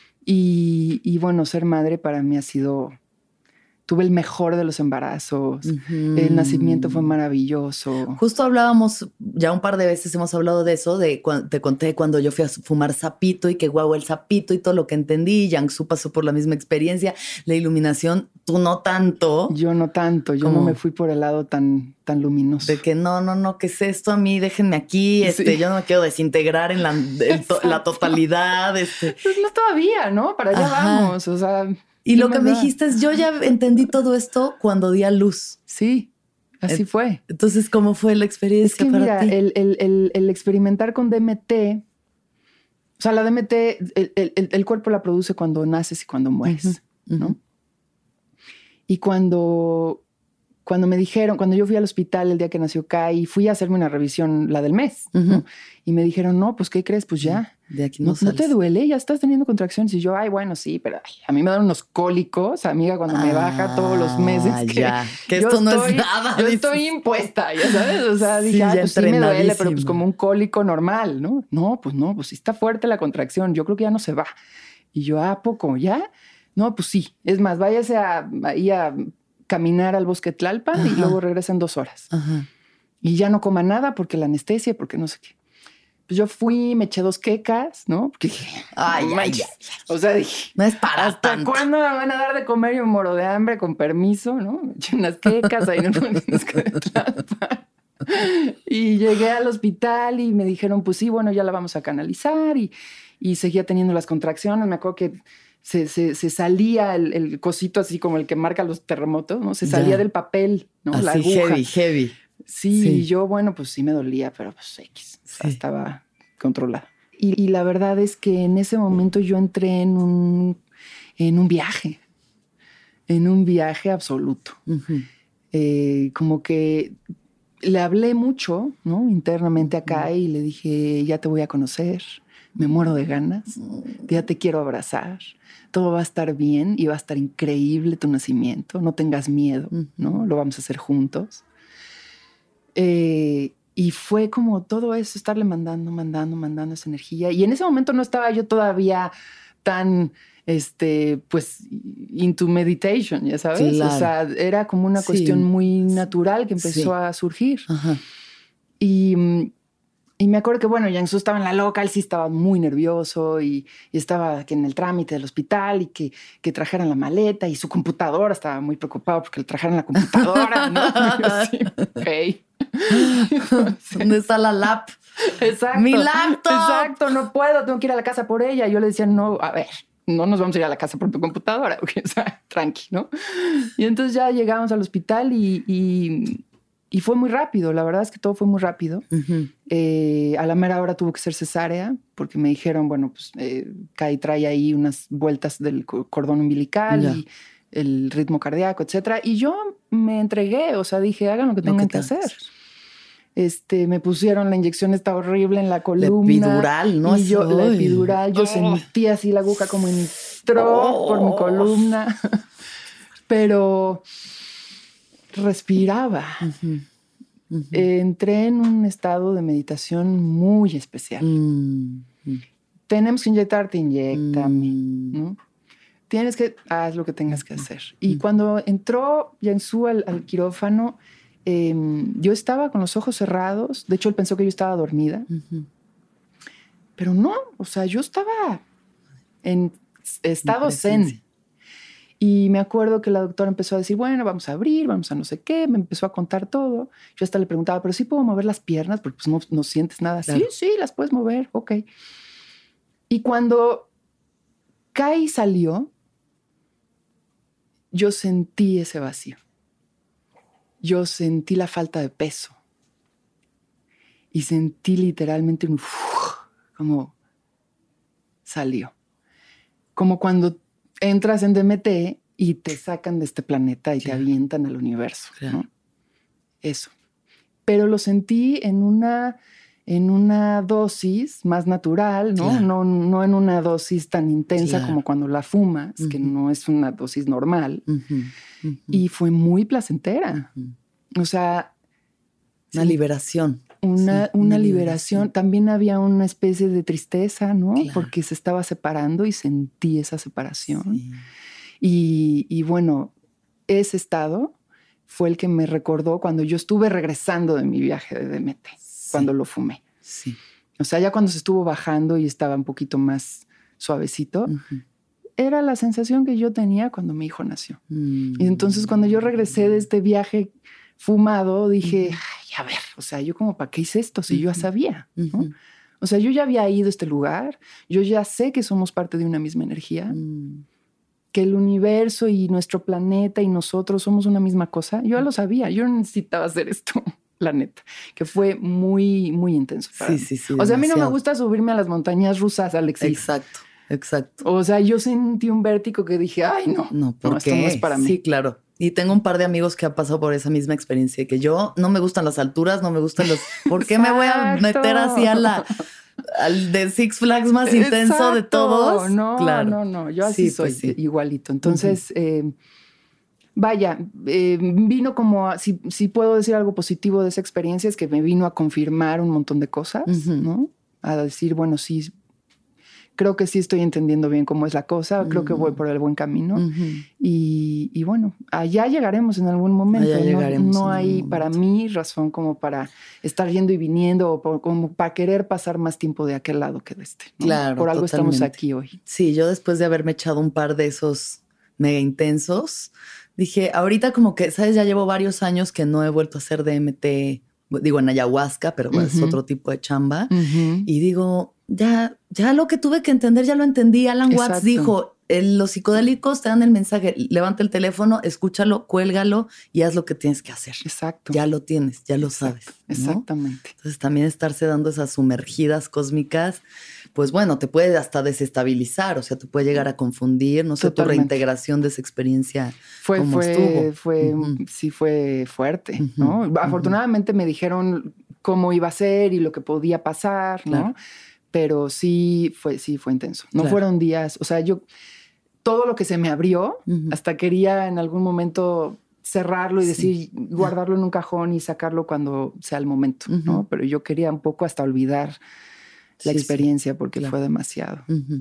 Y, y bueno, ser madre para mí ha sido... Tuve el mejor de los embarazos. Uh-huh. El nacimiento fue maravilloso. Justo hablábamos, ya un par de veces hemos hablado de eso, de cuando, te conté cuando yo fui a fumar sapito y que guau el sapito y todo lo que entendí. Yang Su pasó por la misma experiencia. La iluminación, tú no tanto. Yo no tanto. Yo no me fui por el lado tan, tan luminoso. De que no, no, no, ¿qué es esto a mí? Déjenme aquí. Este, sí. Yo no me quiero desintegrar en la, en to, la totalidad. Este. Pues no todavía, ¿no? Para allá Ajá. vamos. O sea... Y lo que me dijiste es, yo ya entendí todo esto cuando di a luz. Sí, así Et, fue. Entonces, ¿cómo fue la experiencia es que para mira, ti? El, el, el, el experimentar con D M T, o sea, la D M T, el, el, el cuerpo la produce cuando naces y cuando mueres, uh-huh, ¿no? Uh-huh. Y cuando, cuando me dijeron, cuando yo fui al hospital el día que nació Kai, fui a hacerme una revisión, la del mes, uh-huh. ¿no? Y me dijeron, no, pues, ¿qué crees? Pues ya. De aquí no, no, ¿No te duele? Ya estás teniendo contracciones. Y yo, ay, bueno, sí, pero ay, a mí me dan unos cólicos, amiga, cuando ah, me baja todos los meses. Que, ya, que esto no estoy, es nada. Yo estoy impuesta, ya sabes. O sea, dije, sí, ay, pues sí me duele, pero pues como un cólico normal, ¿no? No, pues no, pues sí está fuerte la contracción. Yo creo que ya no se va. Y yo, ¿a poco? ¿Ya? No, pues sí. Es más, váyase a, ahí a caminar al bosque Tlalpan Ajá. y luego regresa en dos horas. Ajá. Y ya no coma nada porque la anestesia, porque no sé qué. Pues yo fui, me eché dos quecas, ¿no? Porque dije, ay, ay, ay, ay. O sea, dije, no es para ¿hasta tanto? cuándo me van a dar de comer? Yo moro de hambre, con permiso, ¿no? Me eché unas quecas ahí en el bosque de Tlalpan. Y llegué al hospital y me dijeron, pues sí, bueno, ya la vamos a canalizar. Y, y seguía teniendo las contracciones. Me acuerdo que se, se, se salía el, el cosito así como el que marca los terremotos, ¿no? Se salía ya. del papel, ¿no? Así, la aguja. heavy, heavy. Sí, sí, y yo, bueno, pues sí me dolía, pero pues X, o sea, sí. estaba controlada. Y, y la verdad es que en ese momento yo entré en un, en un viaje, en un viaje absoluto. Uh-huh. Eh, como que le hablé mucho, ¿no? Internamente acá uh-huh. y le dije, ya te voy a conocer, me muero de ganas, uh-huh. ya te quiero abrazar, todo va a estar bien y va a estar increíble tu nacimiento, no tengas miedo, uh-huh. ¿no? Lo vamos a hacer juntos. Eh, y fue como todo eso, estarle mandando, mandando, mandando esa energía. Y en ese momento no estaba yo todavía tan, este, pues, into meditation, ya sabes. Claro. O sea, era como una sí. cuestión muy natural que empezó sí. a surgir. Ajá. Y, y me acuerdo que, bueno, Yang Su estaba en la loca, él sí estaba muy nervioso y, y estaba que en el trámite del hospital y que, que trajeran la maleta y su computadora, estaba muy preocupado porque le trajeran la computadora, ¿no? Y yo así, ok. ¿Dónde está la lap? Exacto. ¡Mi laptop! Exacto, no puedo, tengo que ir a la casa por ella. Y yo le decía, no, a ver, no nos vamos a ir a la casa por tu computadora. Okay, o sea, tranqui, ¿no? Y entonces ya llegamos al hospital y, y, y fue muy rápido. La verdad es que todo fue muy rápido. Uh-huh. Eh, a la mera hora tuvo que ser cesárea porque me dijeron, bueno, pues eh, Kai trae ahí unas vueltas del cordón umbilical yeah. y el ritmo cardíaco, etcétera. Y yo me entregué, o sea, dije, hagan lo que tengan lo que, que hacer. Este, me pusieron la inyección, está horrible en la columna. La epidural, ¿no? Y yo, la epidural, yo oh. sentí así la aguja como entró oh. por mi columna. Pero respiraba. Uh-huh. Uh-huh. Eh, entré en un estado de meditación muy especial. Uh-huh. Tenemos que inyectarte, inyéctame, uh-huh. ¿no? tienes que, haz lo que tengas que hacer. Y cuando entró Yansu al, al quirófano, eh, yo estaba con los ojos cerrados. De hecho, él pensó que yo estaba dormida. Uh-huh. Pero no, o sea, yo estaba en estado zen. Y me acuerdo que la doctora empezó a decir, bueno, vamos a abrir, vamos a no sé qué. Me empezó a contar todo. Yo hasta le preguntaba, ¿pero sí puedo mover las piernas? Porque pues no, no sientes nada. Claro. Sí, sí, las puedes mover, ok. Y cuando cae y salió, yo sentí ese vacío. Yo sentí la falta de peso. Y sentí literalmente un... Uf, como salió. Como cuando entras en D M T y te sacan de este planeta y claro. te avientan al universo. Claro. ¿no? Eso. Pero lo sentí en una, en una dosis más natural, ¿no? Claro. No, no en una dosis tan intensa claro. como cuando la fumas, uh-huh. que no es una dosis normal. Uh-huh. Uh-huh. Y fue muy placentera. Uh-huh. O sea... Una sí, liberación. Una, sí, una, una liberación. liberación. También había una especie de tristeza, ¿no? Claro. Porque se estaba separando y sentí esa separación. Sí. Y, y bueno, ese estado fue el que me recordó cuando yo estuve regresando de mi viaje de D M T, sí. cuando lo fumé. Sí. O sea, ya cuando se estuvo bajando y estaba un poquito más suavecito, uh-huh. era la sensación que yo tenía cuando mi hijo nació. Uh-huh. Y entonces cuando yo regresé de este viaje fumado, dije, uh-huh. ay, a ver, o sea, yo como, ¿para qué hice esto? Si uh-huh. yo ya sabía, ¿no? Uh-huh. O sea, yo ya había ido a este lugar, yo ya sé que somos parte de una misma energía, uh-huh. que el universo y nuestro planeta y nosotros somos una misma cosa. Yo ya lo sabía, yo no necesitaba hacer esto, la neta, que fue muy, muy intenso para sí, mí. Sí, sí, o sea, demasiado. a mí no me gusta subirme a las montañas rusas, Alexis. Exacto. Exacto. O sea, yo sentí un vértigo que dije, ay, no, no, ¿por no qué? Esto no es para mí. Sí, claro. Y tengo un par de amigos que han pasado por esa misma experiencia, que yo no me gustan las alturas, no me gustan los... ¿Por qué me voy a meter así a la... al de Six Flags más Exacto. intenso de todos? No, claro. no, no, yo así sí, soy, pues sí. igualito. Entonces, uh-huh. eh, vaya, eh, vino como, a, si, si puedo decir algo positivo de esa experiencia, es que me vino a confirmar un montón de cosas, uh-huh. ¿no? A decir, bueno, sí... Creo que sí estoy entendiendo bien cómo es la cosa. Uh-huh. Creo que voy por el buen camino. Uh-huh. Y, y bueno, allá llegaremos en algún momento. Allá llegaremos no no hay momento. Para mí razón como para estar yendo y viniendo o por, como para querer pasar más tiempo de aquel lado que de este. ¿no? Claro, por algo totalmente. Estamos aquí hoy. Sí, yo después de haberme echado un par de esos mega intensos, dije, ahorita como que, ¿sabes? Ya llevo varios años que no he vuelto a hacer D M T, digo en ayahuasca, pero uh-huh. es otro tipo de chamba. Uh-huh. Y digo... Ya, ya lo que tuve que entender, ya lo entendí. Alan Exacto. Watts dijo, el, los psicodélicos te dan el mensaje, levanta el teléfono, escúchalo, cuélgalo y haz lo que tienes que hacer. Exacto. Ya lo tienes, ya lo Exacto. sabes. ¿no? Exactamente. Entonces también estarse dando esas sumergidas cósmicas, pues bueno, te puede hasta desestabilizar, o sea, te puede llegar a confundir, no sé, Totalmente. Tu reintegración de esa experiencia. Fue, ¿cómo fue, estuvo? fue, uh-huh. sí fue fuerte, uh-huh. ¿no? Uh-huh. Afortunadamente me dijeron cómo iba a ser y lo que podía pasar, claro. ¿no? Pero sí fue, sí fue intenso. No claro. fueron días, o sea, yo, todo lo que se me abrió, uh-huh. hasta quería en algún momento cerrarlo y sí. decir, guardarlo en un cajón y sacarlo cuando sea el momento, uh-huh. ¿no? Pero yo quería un poco hasta olvidar la sí, experiencia sí. porque claro. fue demasiado. Uh-huh.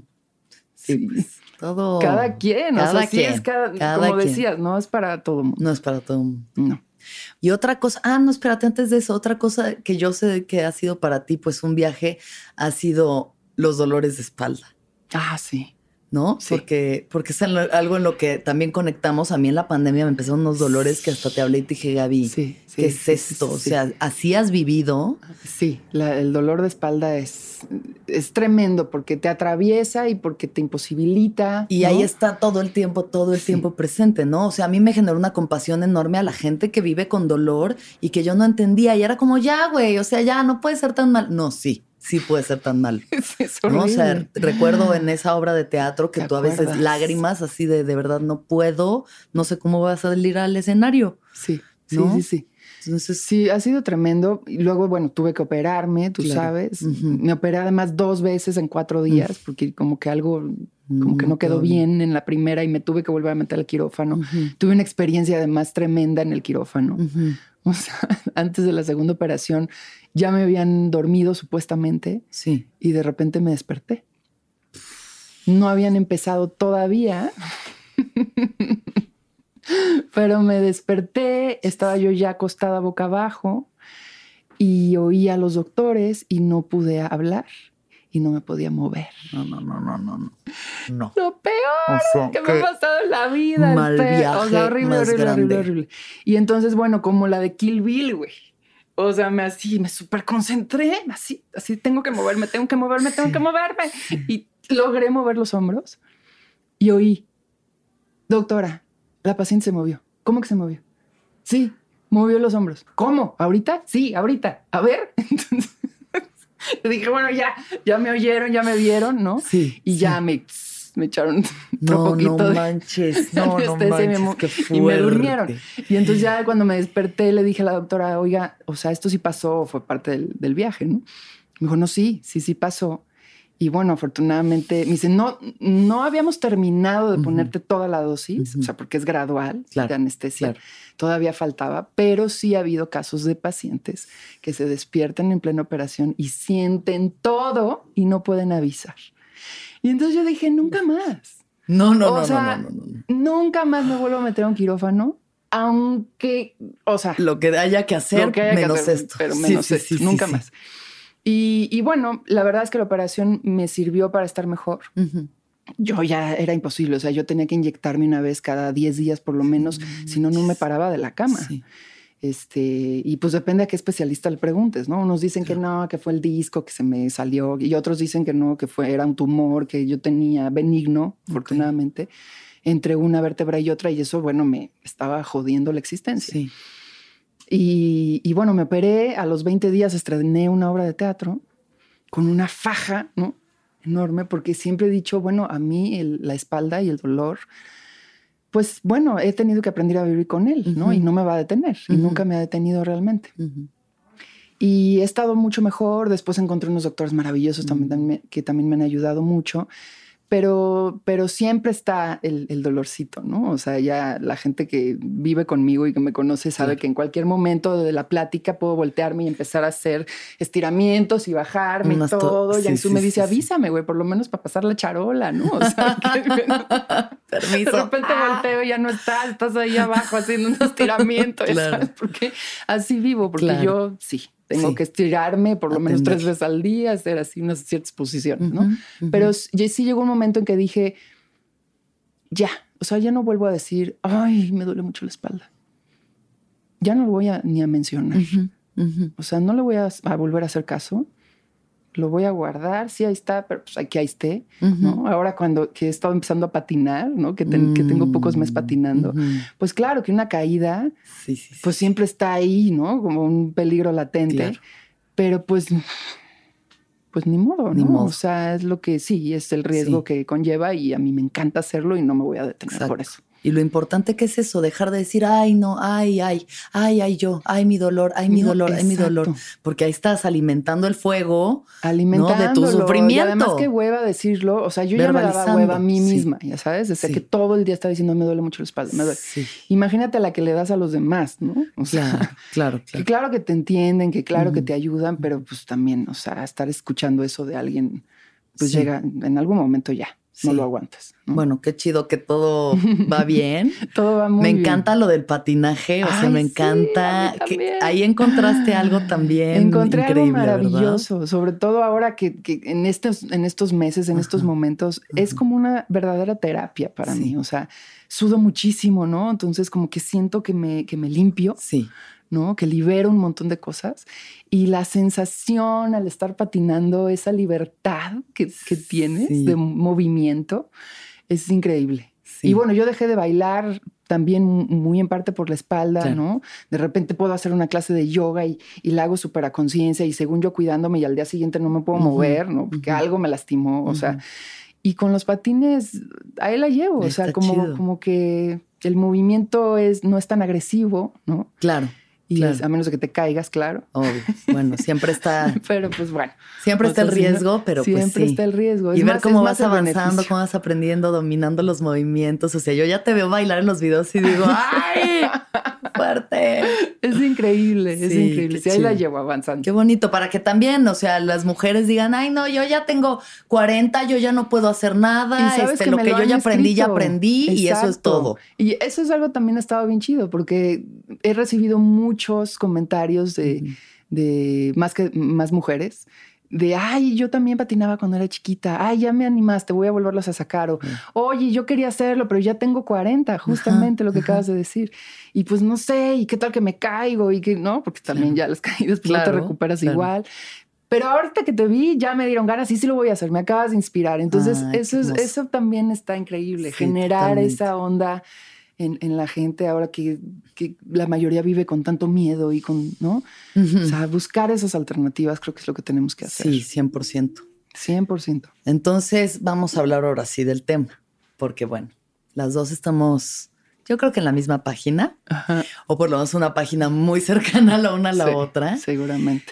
Sí, pues, todo. Cada quien, cada o sea, quien, sí es cada, cada como quien. decías, no es para todo mundo. No es para todo mundo. No. Y otra cosa, ah, no, espérate, antes de eso, otra cosa que yo sé que ha sido para ti, pues un viaje, ha sido los dolores de espalda. Ah, sí. ¿No? Sí. Porque, porque es algo en lo que también conectamos. A mí en la pandemia me empezaron unos dolores que hasta te hablé y te dije, Gaby, sí, sí, ¿qué sí, es sí, esto? sí, o sí. sea, ¿así has vivido? Sí, la, el dolor de espalda es, es tremendo porque te atraviesa y porque te imposibilita. Y ¿no? ahí está todo el tiempo, todo el sí. tiempo presente, ¿no? O sea, a mí me generó una compasión enorme a la gente que vive con dolor y que yo no entendía. Y era como, ya, güey, o sea, ya, no puede ser tan mal. No, sí. Sí puede ser tan mal. Es ¿no? O sea, recuerdo en esa obra de teatro que tú acuerdas? a veces lágrimas así de, de verdad no puedo, no sé cómo vas a salir al escenario. Sí, ¿no? sí, sí, sí. Entonces, sí, ha sido tremendo. Y luego, bueno, tuve que operarme, tú claro. sabes. Uh-huh. Me operé además dos veces en cuatro días uh-huh. porque como que algo, como uh-huh. que no quedó bien en la primera y me tuve que volver a meter al quirófano. Uh-huh. Tuve una experiencia además tremenda en el quirófano. Uh-huh. O sea, antes de la segunda operación ya me habían dormido supuestamente. Sí. Y de repente me desperté. no habían empezado todavía. Pero me desperté, estaba yo ya acostada boca abajo y oí a los doctores y no pude hablar y no me podía mover. No, no, no, no, no, no. No. Lo peor O sea, que me ha pasado en la vida. mal el viaje o sea, horrible, más horrible, grande. horrible, horrible. Y entonces, bueno, como la de Kill Bill, güey. O sea, me así, me súper concentré, así, así tengo que moverme, tengo que moverme, tengo Sí. que moverme. Y logré mover los hombros y oí, doctora, la paciente se movió. ¿Cómo que se movió? Sí, movió los hombros. ¿Cómo? ¿Ahorita? Sí, ahorita. A ver. Entonces, dije, bueno, ya, ya me oyeron, ya me vieron, ¿no? Sí. Y sí. ya me, me echaron No, otro poquito no de manches, no, no anestesia y me mo- manches, qué y me fuerte. durmieron. Y entonces ya cuando me desperté le dije a la doctora, oiga, o sea, esto sí pasó, fue parte del, del viaje, ¿no? Me dijo, no, sí, sí, sí pasó. Y bueno, afortunadamente, me dice, no, no habíamos terminado de Ujú. ponerte toda la dosis, Ujú. o sea, porque es gradual Claro, de anestesia. claro. Todavía faltaba, pero sí ha habido casos de pacientes que se despiertan en plena operación y sienten todo y no pueden avisar. Y entonces yo dije, nunca más. No, no, O no, sea, no, no, no, no. Nunca más me vuelvo a meter a un quirófano, aunque, o sea, Lo que haya que hacer, lo que haya que menos hacer, esto. pero Sí, menos sí, esto, sí, sí, nunca sí. más. Y, y bueno, la verdad es que la operación me sirvió para estar mejor. Ujú. Yo ya era imposible, o sea, yo tenía que inyectarme una vez cada diez días por lo menos, No si no, no me manches. paraba de la cama. Sí. Este, y pues depende a qué especialista le preguntes, ¿no? Unos dicen que no, que fue el disco que se me salió, y otros dicen que no, que fue, era un tumor que yo tenía benigno, afortunadamente, entre una vértebra y otra, y eso, bueno, me estaba jodiendo la existencia. Sí. Y, y bueno, me operé, a los veinte días estrené una obra de teatro con una faja, ¿no? Enorme, porque siempre he dicho, bueno, a mí el- la espalda y el dolor, pues bueno, he tenido que aprender a vivir con él, ¿no? Ujú. Y no me va a detener, y Ujú. nunca me ha detenido realmente. Ujú. Y he estado mucho mejor, después encontré unos doctores maravillosos Mm. también, también- que también me han ayudado mucho, pero, pero siempre está el, el dolorcito, ¿no? O sea, ya la gente que vive conmigo y que me conoce sabe Claro. que en cualquier momento de la plática puedo voltearme y empezar a hacer estiramientos y bajarme Unas y to- todo. sí, y Ansu sí, me dice, sí, sí. avísame, güey, por lo menos para pasar la charola, ¿no? O sea, que de Permiso. repente Ah. volteo y ya no estás, estás ahí abajo haciendo un estiramiento, ya Claro. ¿sabes? Porque así vivo, porque Claro. yo sí, tengo Sí. que estirarme por lo menos Atender. tres veces al día, hacer así unas ciertas posiciones, ¿no? Ujú, ujú. Pero s- ya sí llegó un momento en que dije, ya, o sea, ya no vuelvo a decir, ay, me duele mucho la espalda. Ya no lo voy a ni a mencionar. Ujú, ujú. O sea, no le voy a, a volver a hacer caso. Lo voy a guardar, sí, ahí está, pero pues aquí ahí esté, Ujú. ¿no? Ahora cuando que he estado empezando a patinar, ¿no? Que, ten- que tengo pocos meses patinando, Ujú. pues claro que una caída, Sí, sí, sí. pues siempre está ahí, ¿no? Como un peligro latente. Claro. Pero pues, pues ni modo, ¿no? Ni modo. O sea, es lo que sí, es el riesgo Sí. que conlleva y a mí me encanta hacerlo y no me voy a detener Exacto. por eso. Y lo importante que es eso, dejar de decir, ay, no, ay, ay, ay, ay, yo, ay, mi dolor, ay, mi No, dolor, ay, mi exacto. dolor. Porque ahí estás alimentando el fuego, Alimentándolo. ¿no? De tu sufrimiento. Y además qué hueva decirlo. O sea, yo ya me daba Verbalizando, hueva a mí sí. misma, ya sabes, desde Sí. que todo el día estaba diciendo me duele mucho la espalda, me duele. Sí. Imagínate la que le das a los demás, ¿no? O sea, Claro, claro, que claro. claro que te entienden, que claro que Ujú. te ayudan, pero pues también, o sea, estar escuchando eso de alguien, pues Sí. llega en algún momento ya, no Sí. lo aguantas, ¿no? Bueno, qué chido que todo va bien. Todo va muy Me bien. encanta lo del patinaje, o sea, Ay, me sí, encanta. a mí que también. ahí encontraste algo también Encontré increíble, algo ¿verdad? maravilloso, sobre todo ahora que, que en, estos, en estos meses, en estos Ajá, momentos, es ajá. como una verdadera terapia para Sí. mí. O sea, sudo muchísimo, ¿no? Entonces como que siento que me, que me limpio, Sí, ¿no? Que libero un montón de cosas. Y la sensación al estar patinando, esa libertad que, que tienes Sí. de movimiento, es increíble. sí. Y bueno, yo dejé de bailar también muy en parte por la espalda, Claro. ¿no? De repente puedo hacer una clase de yoga y, y la hago súper a conciencia y según yo cuidándome y al día siguiente no me puedo Ujú, mover, ¿no? Porque ujú. algo me lastimó, o sea. Ujú. Y con los patines, ahí la llevo, o sea, Está como, chido. como que el movimiento es, no es tan agresivo, ¿no? Claro, Y claro. es- a menos de que te caigas, claro. obvio. Bueno, siempre está, Pero pues bueno. siempre O está sea, el si no- riesgo, pero pues siempre sí. está el riesgo. Y Es ver más- cómo es vas más el avanzando, beneficio. cómo vas aprendiendo, dominando los movimientos. O sea, yo ya te veo bailar en los videos y digo, ¡ay! ¡Fuerte! Es increíble. increíble, es Sí, increíble. Sí, ahí chido. la llevo avanzando. Qué bonito, para que también, o sea, las mujeres digan, ay, no, yo ya tengo cuarenta, yo ya no puedo hacer nada. Y sabes este, que lo me que lo yo han ya aprendí, ya escrito. aprendí y eso es Exacto. todo. Y eso es algo también ha estado bien chido porque he recibido muchos comentarios de, Ujú. de más que más mujeres. De, ay, yo también patinaba cuando era chiquita. Ay, ya me animaste, voy a volverlos a sacar. O, oye, yo quería hacerlo, pero ya tengo cuarenta, justamente Ajá, lo que ajá. acabas de decir. Y pues no sé, y qué tal que me caigo y que no, porque también Claro. ya las caídas pues, Claro, no te recuperas claro. igual. Pero ahorita que te vi, ya me dieron ganas y sí lo voy a hacer. Me acabas de inspirar. Entonces, Ay, eso, qué es, hermoso. eso también está increíble. Sí, Generar totalmente. esa onda en, en la gente ahora que, que la mayoría vive con tanto miedo y con, ¿no? Ujú. O sea, buscar esas alternativas creo que es lo que tenemos que hacer. Sí, cien por ciento. cien por ciento. Entonces, vamos a hablar ahora sí del tema, porque bueno, las dos estamos, yo creo que en la misma página, Ajá. o por lo menos una página muy cercana la una a la Sí, otra. seguramente.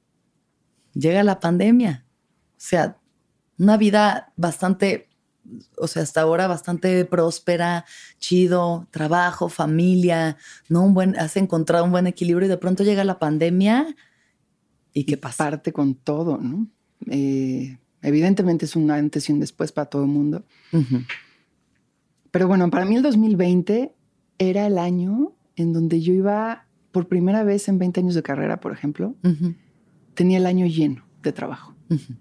Llega la pandemia. O sea, una vida bastante, o sea, hasta ahora bastante próspera, chido, trabajo, familia, ¿no? Un buen, has encontrado un buen equilibrio y de pronto llega la pandemia y ¿qué Y pasa? parte con todo, ¿no? Eh, evidentemente es un antes y un después para todo el mundo. Uh-huh. Pero bueno, para mí el dos mil veinte era el año en donde yo iba por primera vez en veinte años de carrera, por ejemplo, Uh-huh. tenía el año lleno de trabajo. Uh-huh.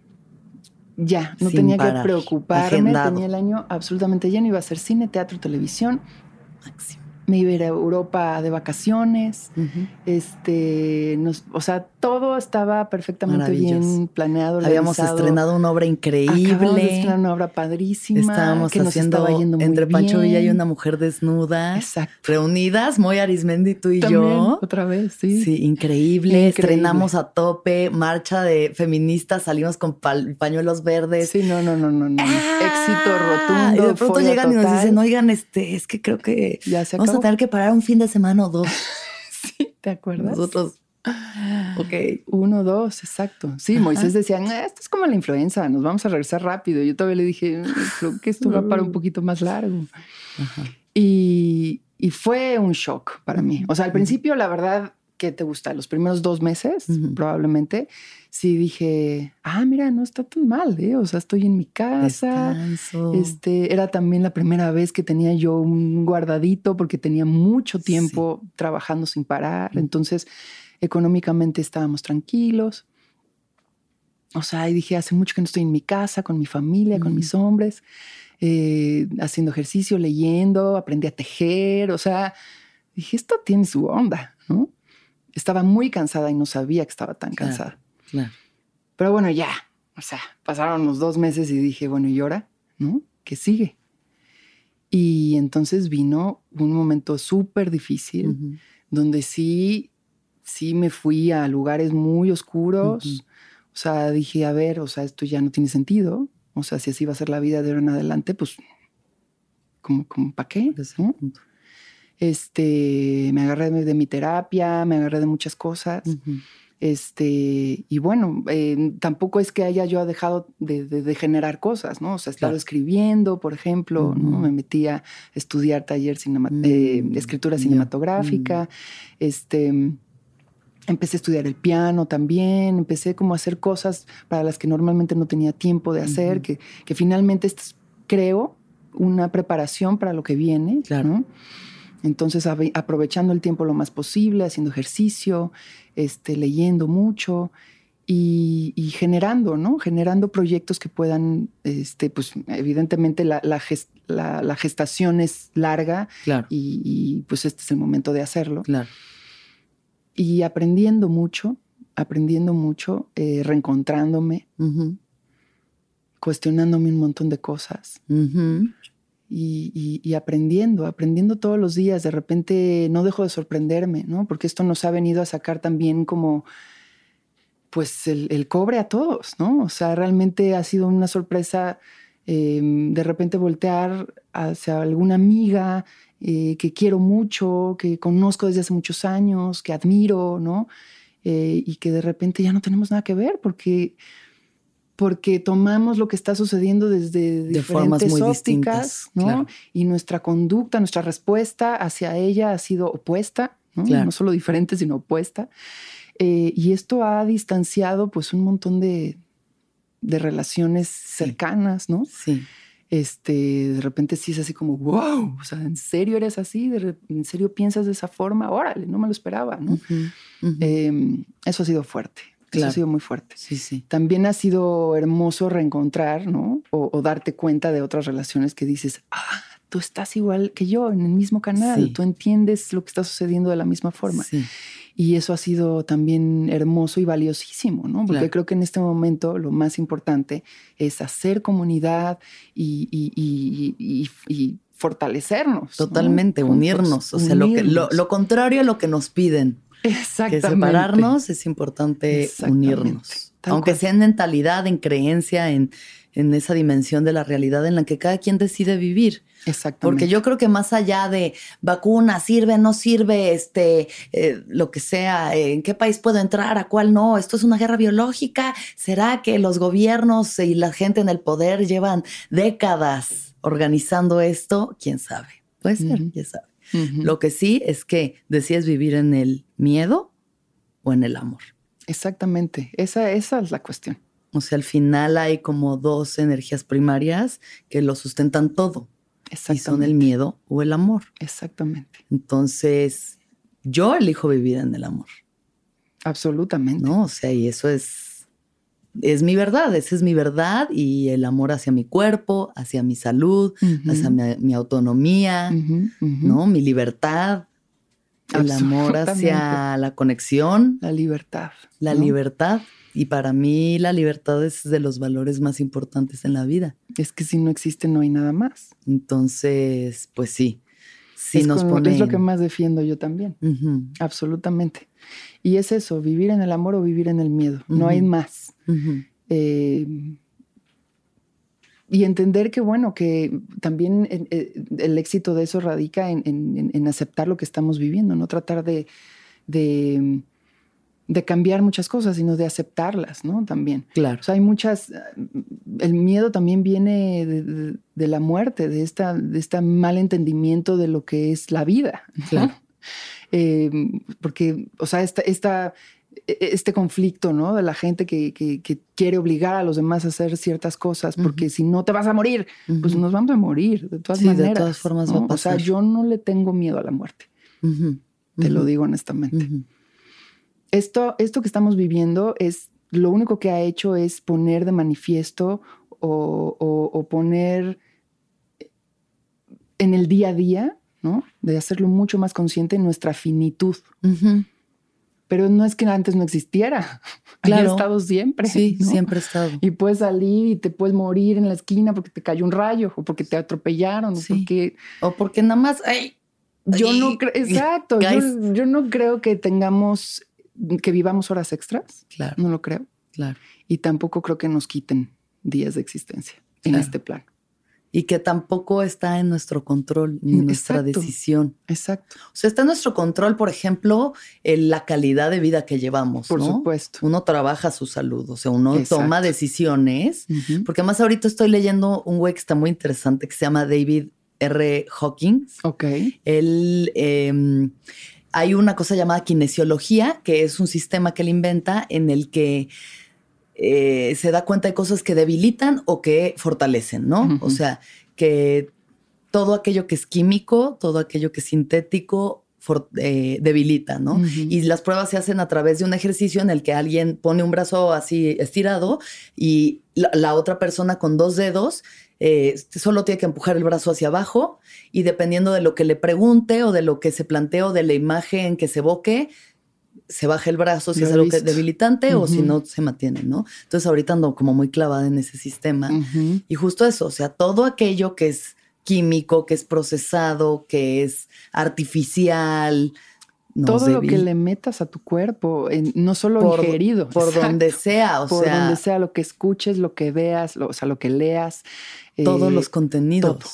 Ya, no Sin tenía parar, que preocuparme, agendado. tenía el año absolutamente lleno, iba a hacer cine, teatro, televisión, Máximo. me iba a ir a Europa de vacaciones, Uh-huh. este, nos, o sea, todo estaba perfectamente bien planeado, Habíamos organizado. estrenado una obra increíble. Acabamos de estrenar una obra padrísima. Estábamos que nos haciendo estaba yendo muy entre Pancho bien. Villa y una mujer desnuda. Exacto. Reunidas, Moy Arismendi, tú y También, yo. otra vez, sí. Sí, increíble. Increíble. Estrenamos a tope, marcha de feministas, salimos con pa- pañuelos verdes. Sí, no, no, no, no, no. ¡Ah! Éxito rotundo. Y de pronto euforia llegan y nos total. dicen, oigan, este, es que creo que Ya se vamos acabó. a tener que parar un fin de semana o dos. Sí, ¿te acuerdas? Nosotros, ok. Uno, dos, exacto. Sí, Ajá. Moisés decía, "Ah, esto es como la influenza, nos vamos a regresar rápido". Yo todavía le dije, creo que esto va para un poquito más largo. Ajá. Y, y fue un shock para mí. O sea, al Ujú. principio, la verdad, ¿qué te gusta? Los primeros dos meses, Ujú. probablemente, sí dije, ah, mira, no está tan mal, ¿eh? O sea, estoy en mi casa. Descanso. Este, era también la primera vez que tenía yo un guardadito porque tenía mucho tiempo sí. trabajando sin parar. Ujú. Entonces, económicamente estábamos tranquilos. O sea, y dije, hace mucho que no estoy en mi casa, con mi familia, Ujú. con mis hombres, eh, haciendo ejercicio, leyendo, aprendí a tejer. O sea, dije, esto tiene su onda, ¿no? Estaba muy cansada y no sabía que estaba tan Claro, cansada. claro. Pero bueno, ya, o sea, pasaron los dos meses y dije, bueno, ¿y ahora? ¿No? ¿Qué sigue? Y entonces vino un momento súper difícil, Ujú. donde sí, sí me fui a lugares muy oscuros. Ujú. O sea, dije, a ver, o sea, esto ya no tiene sentido. O sea, si así va a ser la vida de ahora en adelante, pues, ¿como, como para qué? Desde ¿no? el punto. Este, me agarré de, de mi terapia, me agarré de muchas cosas. Ujú. Este, y bueno, eh, tampoco es que haya yo dejado de, de, de generar cosas, ¿no? O sea, he estado Claro. escribiendo, por ejemplo, Ujú. ¿no? Me metí a estudiar taller cinema, Mm, eh, escritura ya. cinematográfica. Mm. Este, empecé a estudiar el piano también. Empecé como a hacer cosas para las que normalmente no tenía tiempo de hacer, Ujú. que, que finalmente esto es, creo, una preparación para lo que viene, Claro. ¿no? Entonces, aprovechando el tiempo lo más posible, haciendo ejercicio, este, leyendo mucho y, y generando, ¿no? Generando proyectos que puedan, este, pues, evidentemente la, la, gest, la, la gestación es larga. Claro. Y, y, pues, este es el momento de hacerlo. Claro. Y aprendiendo mucho, aprendiendo mucho, eh, reencontrándome, Uh-huh. cuestionándome un montón de cosas. Uh-huh. Y, y, y aprendiendo, aprendiendo todos los días. De repente no dejo de sorprenderme, ¿no? Porque esto nos ha venido a sacar también como, pues, el, el cobre a todos, ¿no? O sea, realmente ha sido una sorpresa eh, de repente voltear hacia alguna amiga eh, que quiero mucho, que conozco desde hace muchos años, que admiro, ¿no? Eh, y que de repente ya no tenemos nada que ver porque... porque tomamos lo que está sucediendo desde de formas diferentes muy ópticas, distintas, ¿no? claro. Y nuestra conducta, nuestra respuesta hacia ella ha sido opuesta, ¿no? Claro. No solo diferente, sino opuesta. Eh, y esto ha distanciado pues un montón de, de relaciones Sí. cercanas, ¿no? Sí. Este, de repente sí es así como, wow, o sea, ¿en serio eres así? ¿De re- ¿En serio piensas de esa forma? Órale, no me lo esperaba, ¿no? Uh-huh, uh-huh. Eh, eso ha sido fuerte, Claro. eso ha sido muy fuerte. Sí, sí. También ha sido hermoso reencontrar, ¿no? O, o darte cuenta de otras relaciones que dices, ah, tú estás igual que yo en el mismo canal, Sí. tú entiendes lo que está sucediendo de la misma forma. Sí. Y eso ha sido también hermoso y valiosísimo, ¿no? Porque Claro. creo que en este momento lo más importante es hacer comunidad y, y, y, y, y fortalecernos. Totalmente, ¿no? unirnos. Juntos, O sea, lo, que, lo, unirnos. lo contrario a lo que nos piden. Exactamente. Que separarnos es importante Exactamente. unirnos. Tal Aunque cual. sea en mentalidad, en creencia, en, en esa dimensión de la realidad en la que cada quien decide vivir. Exactamente. Porque yo creo que más allá de vacuna, sirve, no sirve, este, eh, lo que sea, eh, en qué país puedo entrar, a cuál no, esto es una guerra biológica. ¿Será que los gobiernos y la gente en el poder llevan décadas organizando esto? ¿Quién sabe? Puede ser, Ujú. quién sabe. Ujú. Lo que sí es que decides vivir en el miedo o en el amor. Exactamente. Esa, esa es la cuestión. O sea, al final hay como dos energías primarias que lo sustentan todo. Y son Exactamente. el miedo o el amor. Exactamente. Entonces, yo elijo vivir en el amor, Absolutamente. ¿no? O sea, y eso es, es mi verdad, esa es mi verdad y el amor hacia mi cuerpo, hacia mi salud, Ujú. hacia mi, mi autonomía, Ujú, ujú. ¿no? Mi libertad, el amor hacia la conexión, La libertad. la ¿no? libertad. Y para mí la libertad es de los valores más importantes en la vida. Es que si no existe, no hay nada más. Entonces, pues sí, sí es, nos como- pone... es lo que más defiendo yo también. Ujú, Absolutamente. Y es eso, vivir en el amor o vivir en el miedo. No Ujú. hay más. ujú. Eh, y entender que, bueno, que también eh, eh, el éxito de eso radica en, en- en aceptar lo que estamos viviendo, no tratar de, de, de cambiar muchas cosas, sino de aceptarlas, ¿no? También. Claro. O sea, hay muchas... El miedo también viene de, de- de la muerte, de esta, de este mal entendimiento de lo que es la vida, ¿no? Claro. Eh, porque, o sea, esta, esta, este conflicto, ¿no? De la gente que, que, que quiere obligar a los demás a hacer ciertas cosas, porque Ujú. si no te vas a morir, pues Ujú. nos vamos a morir, de todas Sí, de maneras. todas formas ¿no? va a pasar. O sea, yo no le tengo miedo a la muerte, Ujú, te ujú, lo digo honestamente. ujú. Esto, esto que estamos viviendo es lo único que ha hecho es poner de manifiesto o, o, o poner en el día a día, ¿no? De hacerlo mucho más consciente nuestra finitud. Ujú. Pero no es que antes no existiera. Claro. Ha estado siempre. Sí, ¿no? siempre he estado. Y puedes salir y te puedes morir en la esquina porque te cayó un rayo o porque te atropellaron Sí. o porque O porque nada más, ay, yo ay, no creo, exacto, guys. yo, yo no creo que tengamos, que vivamos horas extras, Claro, no lo creo. claro. Y tampoco creo que nos quiten días de existencia en Claro. este plano. Y que tampoco está en nuestro control ni en nuestra Exacto. decisión. Exacto, O sea, está en nuestro control, por ejemplo, en la calidad de vida que llevamos, por ¿no? supuesto. Uno trabaja su salud, o sea, uno Exacto. toma decisiones. Ujú. Porque además ahorita estoy leyendo un güey que está muy interesante que se llama David R. Hawkins. Ok. Él, eh, hay una cosa llamada kinesiología, que es un sistema que él inventa en el que eh, se da cuenta de cosas que debilitan o que fortalecen, ¿no? Ujú. O sea, que todo aquello que es químico, todo aquello que es sintético, for- eh, debilita, ¿no? Ujú. Y las pruebas se hacen a través de un ejercicio en el que alguien pone un brazo así estirado y la, la otra persona con dos dedos eh, solo tiene que empujar el brazo hacia abajo y dependiendo de lo que le pregunte o de lo que se plantee o de la imagen que se evoque, se baja el brazo si Lo es he algo que visto. debilitante o si Ujú. no se mantiene, ¿no? Entonces ahorita ando como muy clavada en ese sistema. Ujú. Y justo eso, o sea, todo aquello que es químico, que es procesado, que es artificial, nos Todo lo que debilita. le metas a tu cuerpo, en- no solo Por- ingerido. Por exacto. donde sea, o por sea, donde sea, lo que escuches, lo que veas, lo, o sea, lo que leas. todos eh, los contenidos. todo.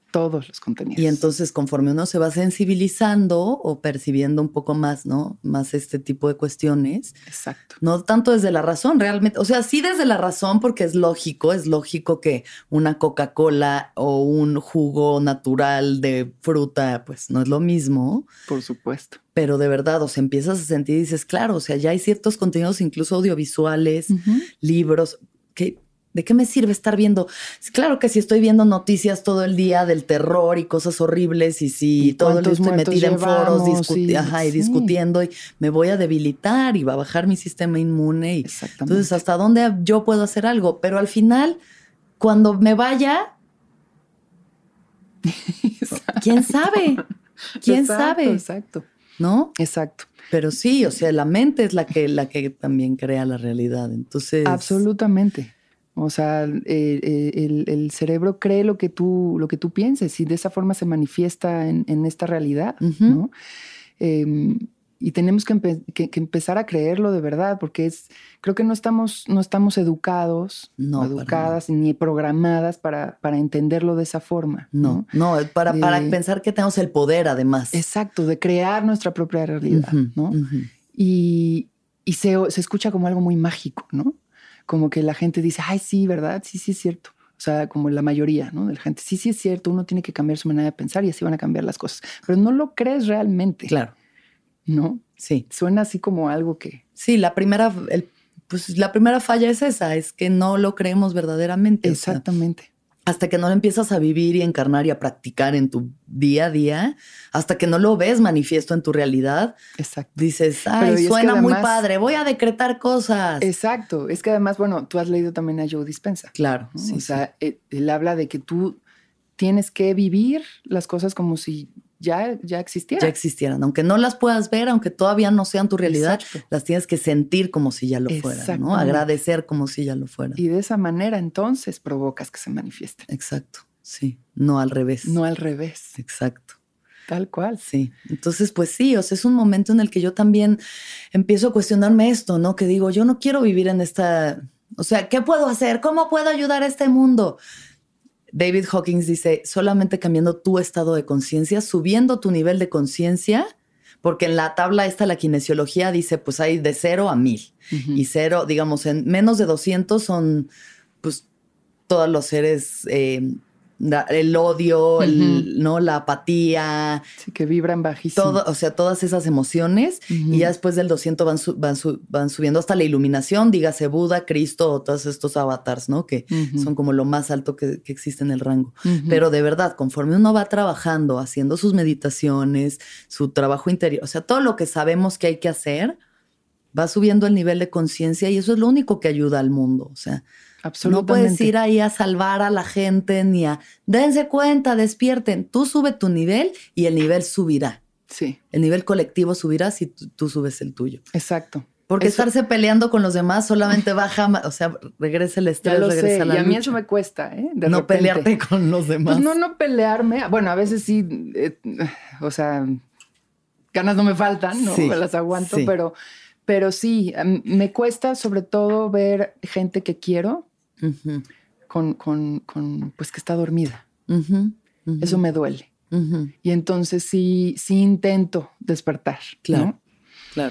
Todos los contenidos. Y entonces conforme uno se va sensibilizando o percibiendo un poco más, ¿no? Más este tipo de cuestiones. Exacto. No tanto desde la razón, realmente. O sea, sí desde la razón porque es lógico, es lógico que una Coca-Cola o un jugo natural de fruta, pues no es lo mismo. Por supuesto. Pero de verdad, o sea, empiezas a sentir y dices, claro, o sea, ya hay ciertos contenidos, incluso audiovisuales, uh-huh. libros, que... ¿De qué me sirve estar viendo? Claro que si estoy viendo noticias todo el día del terror y cosas horribles y si todo el día estoy metida en foros discuti- y, ajá, y sí. discutiendo y me voy a debilitar y va a bajar mi sistema inmune. Y entonces, ¿hasta dónde yo puedo hacer algo? Pero al final, cuando me vaya, ¿quién sabe? ¿Quién exacto, sabe? Exacto. ¿No? Exacto. Pero sí, o sea, la mente es la que, la que también crea la realidad. Entonces... Absolutamente. O sea, eh, el, el cerebro cree lo que tú, lo que tú pienses y de esa forma se manifiesta en, en esta realidad, uh-huh. ¿no? Eh, y tenemos que, empe- que, que empezar a creerlo de verdad, porque es, creo que no estamos, no estamos educados, no, o educadas para ni programadas para, para entenderlo de esa forma. No, no, no para, de, para pensar que tenemos el poder, además. Exacto, de crear nuestra propia realidad, uh-huh, ¿no? Uh-huh. Y, y se, se escucha como algo muy mágico, ¿no? Como que la gente dice, ay, sí, ¿verdad? Sí, sí es cierto. O sea, como la mayoría, ¿no? De la gente, sí, sí es cierto, uno tiene que cambiar su manera de pensar y así van a cambiar las cosas. Pero no lo crees realmente. Claro. ¿No? Sí. Suena así como algo que... Sí, la primera, el, pues la primera falla es esa, es que no lo creemos verdaderamente. Exactamente. O sea, hasta que no lo empiezas a vivir y encarnar y a practicar en tu día a día, hasta que no lo ves manifiesto en tu realidad, exacto. Dices, ay, suena además, muy padre, voy a decretar cosas. Exacto. Es que además, bueno, tú has leído también a Joe Dispenza. Claro. ¿no? Sí, o sea, sí. él, él habla de que tú tienes que vivir las cosas como si ya, ya existieran. Ya existieran. Aunque no las puedas ver, aunque todavía no sean tu realidad, exacto. las tienes que sentir como si ya lo fueran, ¿no? Agradecer como si ya lo fueran. Y de esa manera entonces provocas que se manifiesten. Exacto. Sí, no al revés. No al revés. Exacto. Tal cual. Sí. Entonces, pues sí, o sea, es un momento en el que yo también empiezo a cuestionarme esto, ¿no? Que digo, yo no quiero vivir en esta... O sea, ¿qué puedo hacer? ¿Cómo puedo ayudar a este mundo? David Hawkins dice, solamente cambiando tu estado de conciencia, subiendo tu nivel de conciencia, porque en la tabla esta, la kinesiología, dice, pues hay de cero a mil. Uh-huh. Y cero, digamos, en menos de doscientos son, pues, todos los seres... Eh, el odio, uh-huh. el, ¿no? La apatía. Sí, que vibran bajísimo. Todo, o sea, todas esas emociones. Uh-huh. Y ya después del doscientos van, su, van, su, van subiendo hasta la iluminación, dígase Buda, Cristo o todos estos avatars, ¿no? Que uh-huh. son como lo más alto que, que existe en el rango. Uh-huh. Pero de verdad, conforme uno va trabajando, haciendo sus meditaciones, su trabajo interior, o sea, todo lo que sabemos que hay que hacer, va subiendo el nivel de conciencia y eso es lo único que ayuda al mundo. O sea, no puedes ir ahí a salvar a la gente ni a... Dense cuenta, despierten. Tú sube tu nivel y el nivel subirá. Sí. El nivel colectivo subirá si tú, tú subes el tuyo. Exacto. Porque eso... estarse peleando con los demás solamente baja... O sea, regresa el estrés, ya lo regresa sé. la y a lucha. mí eso me cuesta, ¿eh? De no repente. Pelearte con los demás. Pues no, no pelearme. Bueno, a veces sí... Eh, o sea, ganas no me faltan, ¿no? Sí, me las aguanto, sí. pero... Pero sí, me cuesta sobre todo ver gente que quiero uh-huh. con, con, con, pues que está dormida. Uh-huh. Uh-huh. Eso me duele. Uh-huh. Y entonces sí, sí intento despertar. Claro, ¿no? claro.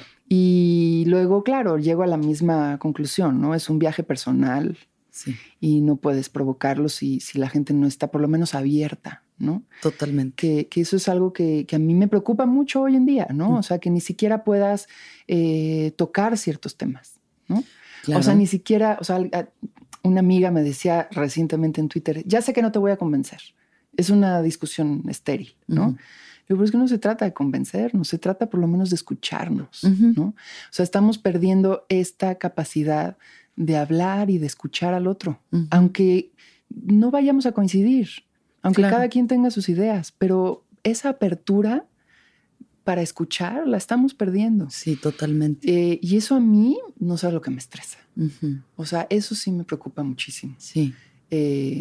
Y luego, claro, llego a la misma conclusión, ¿no? Es un viaje personal sí. y no puedes provocarlo si, si la gente no está por lo menos abierta, ¿no? Totalmente. Que, que eso es algo que, que a mí me preocupa mucho hoy en día, ¿no? Mm. O sea, que ni siquiera puedas eh, tocar ciertos temas, ¿no? Claro. O sea, ni siquiera, o sea, una amiga me decía recientemente en Twitter, ya sé que no te voy a convencer. Es una discusión estéril, ¿no? Uh-huh. Pero es que no se trata de convencernos, se trata por lo menos de escucharnos, uh-huh. ¿no? O sea, estamos perdiendo esta capacidad de hablar y de escuchar al otro, uh-huh. aunque no vayamos a coincidir. Aunque claro. cada quien tenga sus ideas, pero esa apertura para escuchar la estamos perdiendo. Sí, totalmente. Eh, y eso a mí no sabe lo que me estresa. Uh-huh. O sea, eso sí me preocupa muchísimo. Sí. Eh,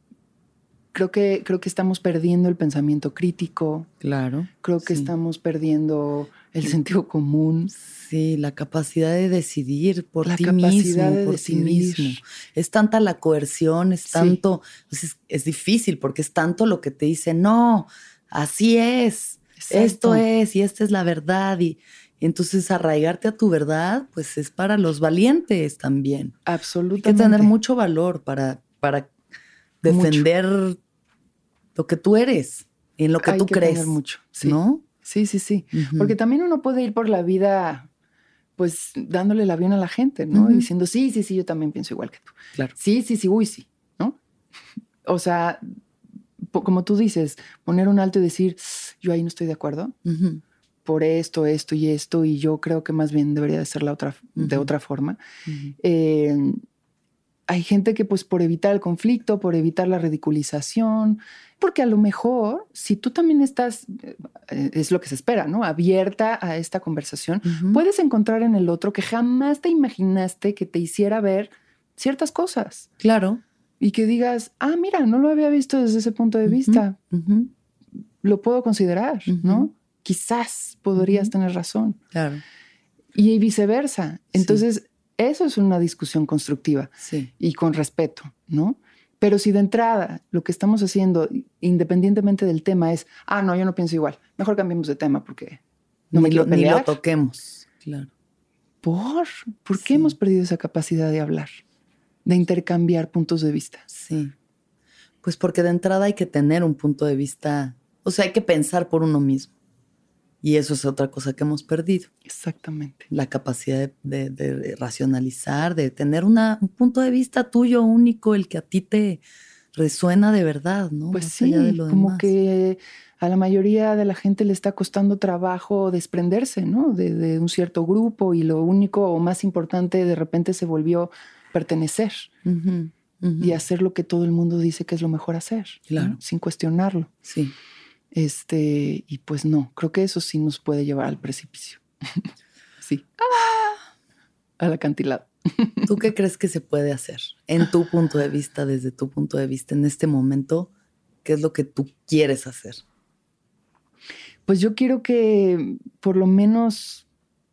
creo que, creo que estamos perdiendo el pensamiento crítico. Claro. Creo que sí. estamos perdiendo el sentido común. Sí, la capacidad de decidir por la ti capacidad mismo, de por decidir. ti mismo. Es tanta la coerción, es Sí. tanto, pues es, es difícil porque es tanto lo que te dice, no, así es, Exacto. esto es y esta es la verdad. Y, y entonces arraigarte a tu verdad, pues es para los valientes también. Absolutamente. Hay que tener mucho valor para, para defender mucho. Lo que tú eres, en lo que Hay tú que crees. Tener mucho, sí. ¿No? Sí, sí, sí. Uh-huh. Porque también uno puede ir por la vida, pues, dándole el avión a la gente, ¿no? Uh-huh. Diciendo, sí, sí, sí, yo también pienso igual que tú. Claro. Sí, sí, sí, uy, sí, ¿no? O sea, como tú dices, poner un alto y decir, yo ahí no estoy de acuerdo uh-huh. por esto, esto y esto, y yo creo que más bien debería de ser la otra, uh-huh. de otra forma. Uh-huh. Eh, hay gente que, pues, por evitar el conflicto, por evitar la ridiculización, porque a lo mejor, si tú también estás, eh, es lo que se espera, ¿no? Abierta a esta conversación, uh-huh. puedes encontrar en el otro que jamás te imaginaste que te hiciera ver ciertas cosas. Claro. Y que digas, ah, mira, no lo había visto desde ese punto de uh-huh. vista. Uh-huh. Lo puedo considerar, uh-huh. ¿no? Quizás podrías uh-huh. tener razón. Claro. Y viceversa. Entonces, sí. Eso es una discusión constructiva sí. y con respeto, ¿no? Pero si de entrada lo que estamos haciendo, independientemente del tema, es, ah, no, yo no pienso igual, mejor cambiemos de tema porque no ni me quiero lo, pelear. Ni lo toquemos, claro. ¿Por? ¿Por qué sí. hemos perdido esa capacidad de hablar, de intercambiar puntos de vista? Sí, pues porque de entrada hay que tener un punto de vista, o sea, hay que pensar por uno mismo. Y eso es otra cosa que hemos perdido. Exactamente. La capacidad de, de, de racionalizar, de tener una, un punto de vista tuyo único, el que a ti te resuena de verdad, ¿no? Pues Más sí, allá de lo como demás. que a la mayoría de la gente le está costando trabajo desprenderse, ¿no? De, de un cierto grupo y lo único o más importante de repente se volvió pertenecer uh-huh, uh-huh. y hacer lo que todo el mundo dice que es lo mejor hacer, claro. ¿no? Sin cuestionarlo. Sí. Este, y pues no, creo que eso sí nos puede llevar al precipicio. Sí. ¡Ah! Al acantilado. ¿Tú qué crees que se puede hacer en tu punto de vista, desde tu punto de vista en este momento? ¿Qué es lo que tú quieres hacer? Pues yo quiero que por lo menos,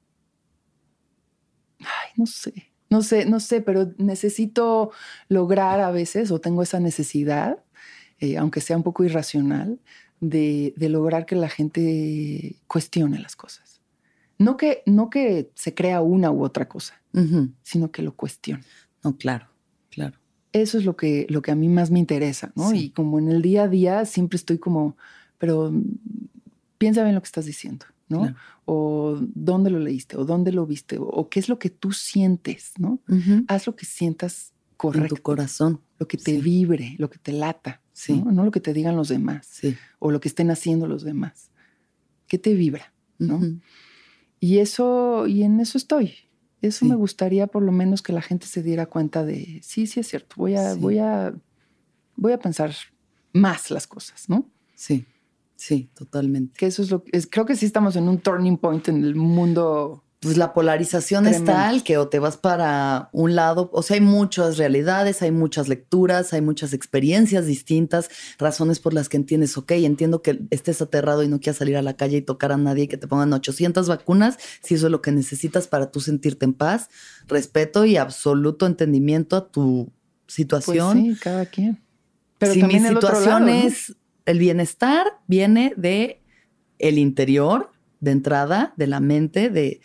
ay, no sé, no sé, no sé, pero necesito lograr a veces, o tengo esa necesidad, eh, aunque sea un poco irracional, De, de lograr que la gente cuestione las cosas. No que, no que se crea una u otra cosa, uh-huh. sino que lo cuestione. No, claro, claro. Eso es lo que, lo que a mí más me interesa, ¿no? Sí. Y como en el día a día siempre estoy como, pero piensa bien lo que estás diciendo, ¿no? Claro. O dónde lo leíste, o dónde lo viste, o, o qué es lo que tú sientes, ¿no? Uh-huh. Haz lo que sientas correcto. En tu corazón. Lo que te sí. vibre, lo que te lata. Sí. ¿no? No lo que te digan los demás sí. o lo que estén haciendo los demás. ¿Qué te vibra? ¿no? Uh-huh. Y eso, y en eso estoy. Eso sí. me gustaría por lo menos que la gente se diera cuenta de, sí, sí es cierto, voy a, sí. voy a, voy a pensar más las cosas, ¿no? Sí, sí, totalmente. Que eso es lo que, es, creo que sí estamos en un turning point en el mundo. Pues la polarización tremendo. Es tal que o te vas para un lado, o sea, hay muchas realidades, hay muchas lecturas, hay muchas experiencias distintas, razones por las que entiendes, ok, entiendo que estés aterrado y no quieras salir a la calle y tocar a nadie y que te pongan ochocientas vacunas, si eso es lo que necesitas para tú sentirte en paz, respeto y absoluto entendimiento a tu situación. Pues sí, cada quien. Pero si también mi el situación otro lado, es, ¿no? El bienestar viene de el interior, de entrada, de la mente, de...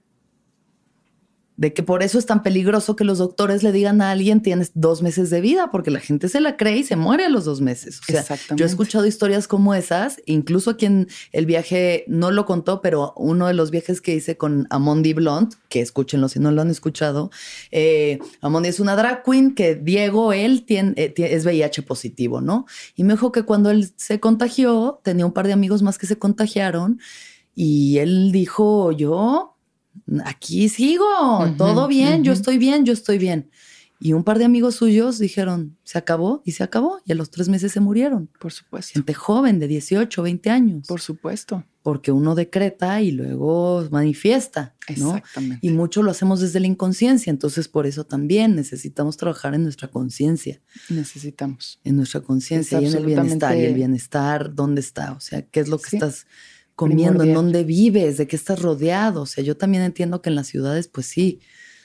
de que por eso es tan peligroso que los doctores le digan a alguien tienes dos meses de vida, porque la gente se la cree y se muere a los dos meses. O sea, yo he escuchado historias como esas, incluso a quien el viaje no lo contó, pero uno de los viajes que hice con Amondi Blunt, que escúchenlo si no lo han escuchado, eh, Amondi es una drag queen que Diego, él tiene, eh, tiene, es V I H positivo, ¿no? Y me dijo que cuando él se contagió, tenía un par de amigos más que se contagiaron y él dijo, yo... aquí sigo, uh-huh, todo bien, uh-huh. yo estoy bien, yo estoy bien. Y un par de amigos suyos dijeron, se acabó y se acabó. Y a los tres meses se murieron. Por supuesto. Gente joven de dieciocho, veinte años. Por supuesto. Porque uno decreta y luego manifiesta, ¿no? Exactamente. Y mucho lo hacemos desde la inconsciencia. Entonces, por eso también necesitamos trabajar en nuestra conciencia. Necesitamos. En nuestra conciencia y en el bienestar. Y el bienestar, ¿dónde está? O sea, ¿qué es lo que sí. estás comiendo, primordial. en dónde vives, de qué estás rodeado. O sea, yo también entiendo que en las ciudades, pues sí,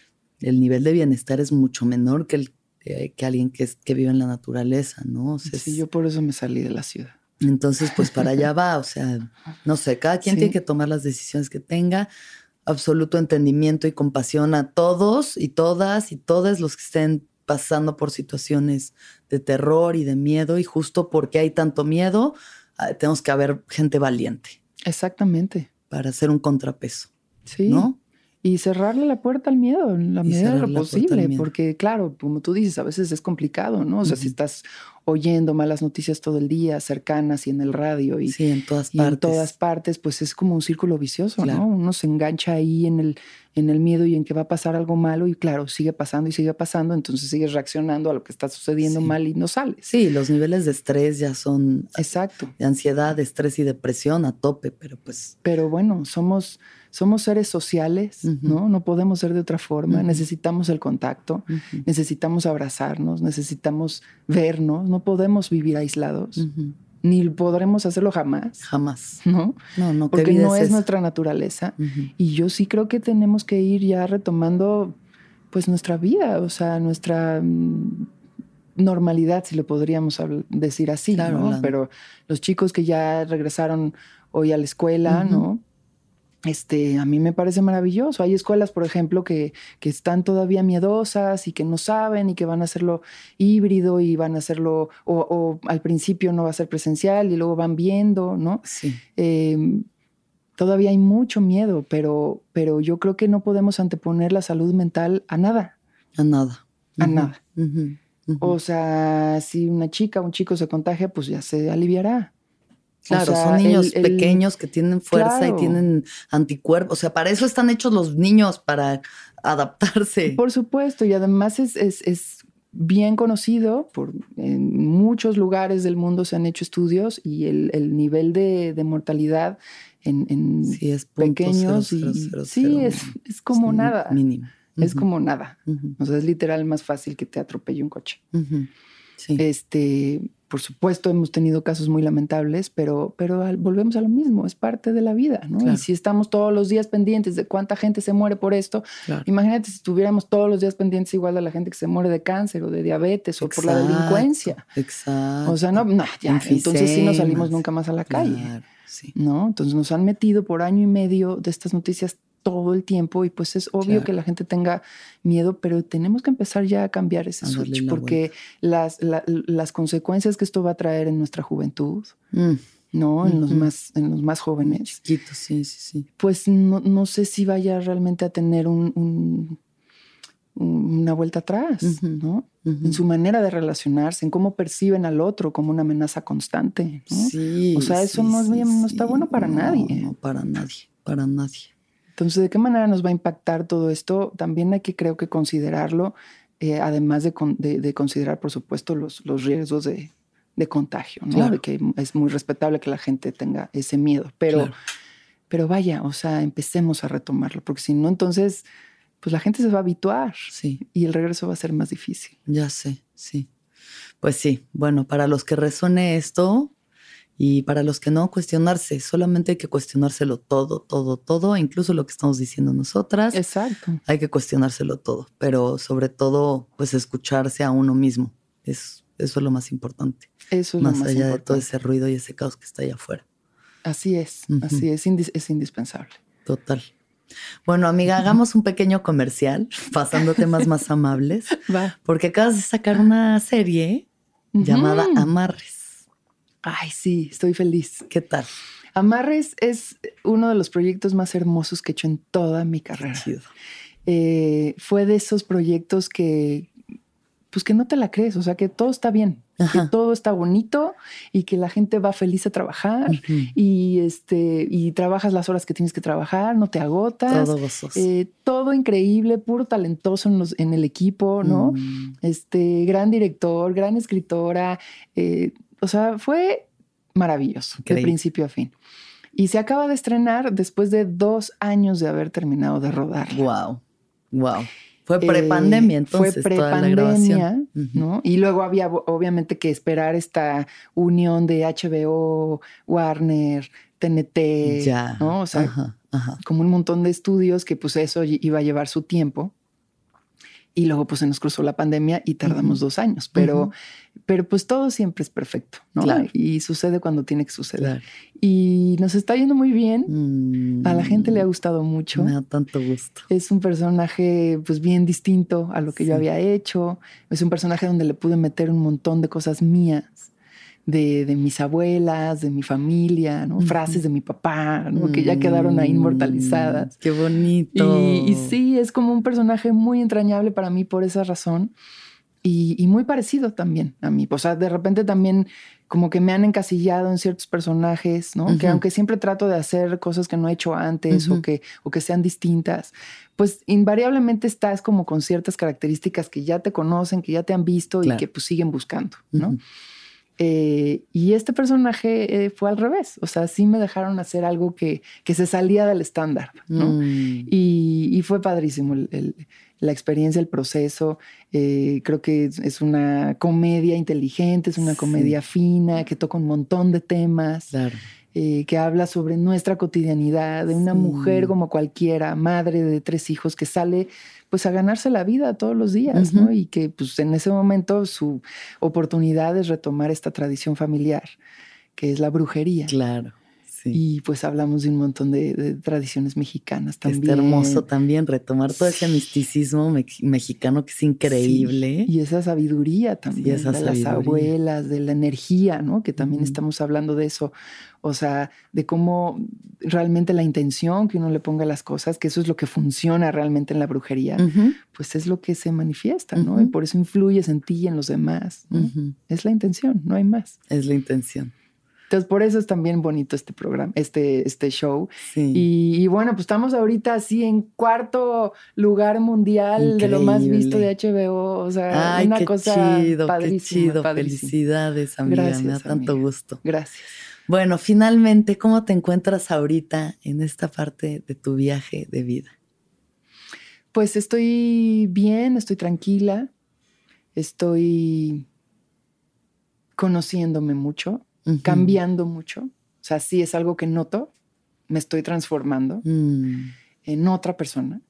el nivel de bienestar es mucho menor que, el, eh, que alguien que, es, que vive en la naturaleza, ¿no? O sea, Sí, es, yo por eso me salí de la ciudad. Entonces, pues para allá va. O sea, no sé, cada quien Sí. tiene que tomar las decisiones que tenga. Absoluto entendimiento y compasión a todos y todas y todos los que estén pasando por situaciones de terror y de miedo. Y justo porque hay tanto miedo, tenemos que haber gente valiente. Exactamente. Para hacer un contrapeso. Sí. ¿No? Y cerrarle la puerta al miedo en la Y medida de lo cerrarle la puerta al posible, miedo. porque claro, como tú dices, a veces es complicado, ¿no? O sea, Ujú. si estás oyendo malas noticias todo el día, cercanas y en el radio y, Sí, en todas y partes. en todas partes, pues es como un círculo vicioso, Claro. ¿no? Uno se engancha ahí en el, en el miedo y en que va a pasar algo malo y claro, sigue pasando y sigue pasando, entonces sigues reaccionando a lo que está sucediendo Sí. mal y no sales. Sí, los niveles de estrés ya son Exacto. de ansiedad, de estrés y depresión a tope, pero pues... Pero bueno, somos, somos seres sociales, Ujú. ¿no? No podemos ser de otra forma. Ujú. Necesitamos el contacto, Uh-huh. necesitamos abrazarnos, necesitamos vernos. No podemos vivir aislados, Uh-huh. ni podremos hacerlo jamás, Jamás. ¿no? No, no, ¿qué Porque vida no es esa? nuestra naturaleza. Uh-huh. Y yo sí creo que tenemos que ir ya retomando pues nuestra vida, o sea, nuestra mm, normalidad, si lo podríamos habl- decir así, Claro, ¿no? la- Pero los chicos que ya regresaron hoy a la escuela, Ujú. ¿no? Este, a mí me parece maravilloso. Hay escuelas, por ejemplo, que, que están todavía miedosas y que no saben y que van a hacerlo híbrido y van a hacerlo, o, o al principio no va a ser presencial y luego van viendo, ¿no? Sí. Eh, todavía hay mucho miedo, pero, pero yo creo que no podemos anteponer la salud mental a nada. A nada. A Uh-huh. nada. Uh-huh. Uh-huh. O sea, si una chica o un chico se contagia, pues ya se aliviará. Claro, O sea, son niños el- el- pequeños que tienen fuerza Claro. y tienen anticuerpos. O sea, para eso están hechos los niños, para adaptarse. Por supuesto, y además es, es, es bien conocido, por, en muchos lugares del mundo se han hecho estudios y el, el nivel de, de mortalidad en, en Sí, es punto pequeños cero, y cero, cero, sí, cero, es, es como es nada. Mínimo. Es Uh-huh. como nada. Uh-huh. O sea, es literal más fácil que te atropelle un coche. Uh-huh. Sí. Este, por supuesto, hemos tenido casos muy lamentables, pero, pero al- volvemos a lo mismo, es parte de la vida, ¿no? Claro. Y si estamos todos los días pendientes de cuánta gente se muere por esto, Claro. imagínate si estuviéramos todos los días pendientes igual de la gente que se muere de cáncer o de diabetes o por la Exacto, delincuencia. Exacto. O sea, no, no ya, Enfisemas. entonces sí no salimos nunca más a la calle, Claro, sí. ¿no? Entonces nos han metido por año y medio de estas noticias todo el tiempo y pues es obvio Claro. que la gente tenga miedo, pero tenemos que empezar ya a cambiar ese A darle switch la porque las, la- las consecuencias que esto va a traer en nuestra juventud, Mm. ¿no? En los Ujú. más, en los más jóvenes, Chiquitos, sí, sí, sí. pues no, no sé si vaya realmente a tener un, un- un- una vuelta atrás, Ujú. ¿no? Uh-huh. En su manera de relacionarse, en cómo perciben al otro como una amenaza constante, ¿no? Sí. O sea, eso sí, no es sí, bien- no está sí. bueno para No, nadie. No, para nadie, para nadie. Entonces, ¿de qué manera nos va a impactar todo esto? También hay que, creo que, considerarlo, eh, además de, con- de- de considerar, por supuesto, los, los riesgos de, de contagio, ¿no? Claro. De que es muy respetable que la gente tenga ese miedo. Pero, Claro. pero vaya, o sea, empecemos a retomarlo, porque si no, entonces, pues la gente se va a habituar Sí, y el regreso va a ser más difícil. ya sé, sí. Pues sí, bueno, para los que resuene esto y para los que no, cuestionarse. Solamente hay que cuestionárselo todo, todo, todo, incluso lo que estamos diciendo nosotras. Exacto. Hay que cuestionárselo todo, pero sobre todo, pues escucharse a uno mismo. Es, eso es lo más importante. Eso es más lo más allá importante. de todo ese ruido y ese caos que está allá afuera. Así es, Ujú. así es, indis- es indispensable. Total. Bueno, amiga, hagamos un pequeño comercial, pasando a temas más amables, Va. porque acabas de sacar una serie Ujú. llamada Amarres. Ay, sí, estoy feliz. ¿Qué tal? Amarres es uno de los proyectos más hermosos que he hecho en toda mi carrera. Chido. Eh, fue de esos proyectos que, pues que no te la crees, o sea, que todo está bien, Ajá. que todo está bonito y que la gente va feliz a trabajar Ujú. y, este, y trabajas las horas que tienes que trabajar, no te agotas. Todo gozoso. Eh, todo increíble, puro talentoso en, los, en el equipo, ¿no? Mm. Este, gran director, gran escritora. eh, o sea, fue maravilloso Increíble. de principio a fin. Y se acaba de estrenar después de dos años de haber terminado de rodar. Wow, wow. Fue prepandemia, Eh, entonces, fue toda la prepandemia, grabación. Ujú. ¿no? Y luego había obviamente que esperar esta unión de H B O, Warner, T N T, ya. ¿no? O sea, ajá, ajá. como un montón de estudios que pues eso iba a llevar su tiempo. Y luego pues se nos cruzó la pandemia y tardamos uh-huh. dos años. Pero, uh-huh. pero pues todo siempre es perfecto, ¿no? Claro. Y sucede cuando tiene que suceder. Claro. Y nos está yendo muy bien. Mm. A la gente le ha gustado mucho. Me da tanto gusto. Es un personaje pues bien distinto a lo que sí. yo había hecho. Es un personaje donde le pude meter un montón de cosas mías. De, de mis abuelas, de mi familia, ¿no? Uh-huh. Frases de mi papá, ¿no? Mm. Que ya quedaron ahí inmortalizadas. ¡Qué bonito! Y, y sí, es como un personaje muy entrañable para mí por esa razón. Y, y muy parecido también a mí. O sea, de repente también como que me han encasillado en ciertos personajes, ¿no? Uh-huh. Que aunque siempre trato de hacer cosas que no he hecho antes uh-huh. o, que, o que sean distintas, pues invariablemente estás como con ciertas características que ya te conocen, que ya te han visto claro. y que pues siguen buscando, ¿no? Uh-huh. Eh, y este personaje eh, fue al revés. O sea, sí me dejaron hacer algo que, que se salía del estándar, ¿no? Mm. Y, y fue padrísimo el, el, la experiencia, el proceso. Eh, creo que es, es una comedia inteligente, es una sí. comedia fina, que toca un montón de temas. Claro. Eh, que habla sobre nuestra cotidianidad, de una sí. mujer como cualquiera, madre de tres hijos, que sale pues a ganarse la vida todos los días, uh-huh. ¿no? Y que pues en ese momento su oportunidad es retomar esta tradición familiar, que es la brujería. Claro, sí. Y pues hablamos de un montón de, de tradiciones mexicanas también. Está hermoso también retomar todo ese misticismo me- mexicano que es increíble. Sí. Y esa sabiduría también, sí, esa de sabiduría. las abuelas, de la energía, ¿no? Que también uh-huh. estamos hablando de eso. O sea, de cómo realmente la intención que uno le ponga a las cosas, que eso es lo que funciona realmente en la brujería, uh-huh. pues es lo que se manifiesta, ¿no? Uh-huh. Y por eso influyes en ti y en los demás, ¿no? Uh-huh. Es la intención, no hay más. Es la intención. Entonces, por eso es también bonito este programa, este, este show. Sí. Y, y bueno, pues estamos ahorita así en cuarto lugar mundial Increíble. De lo más visto de H B O. O sea, Ay, una qué cosa chido, padrísima. Qué chido, padrísima. Felicidades, amiga. Gracias, me da tanto amiga. gusto. Gracias. Bueno, finalmente, ¿cómo te encuentras ahorita en esta parte de tu viaje de vida? Pues estoy bien, estoy tranquila, estoy conociéndome mucho, uh-huh. cambiando mucho. O sea, sí es algo que noto, me estoy transformando mm. en otra persona.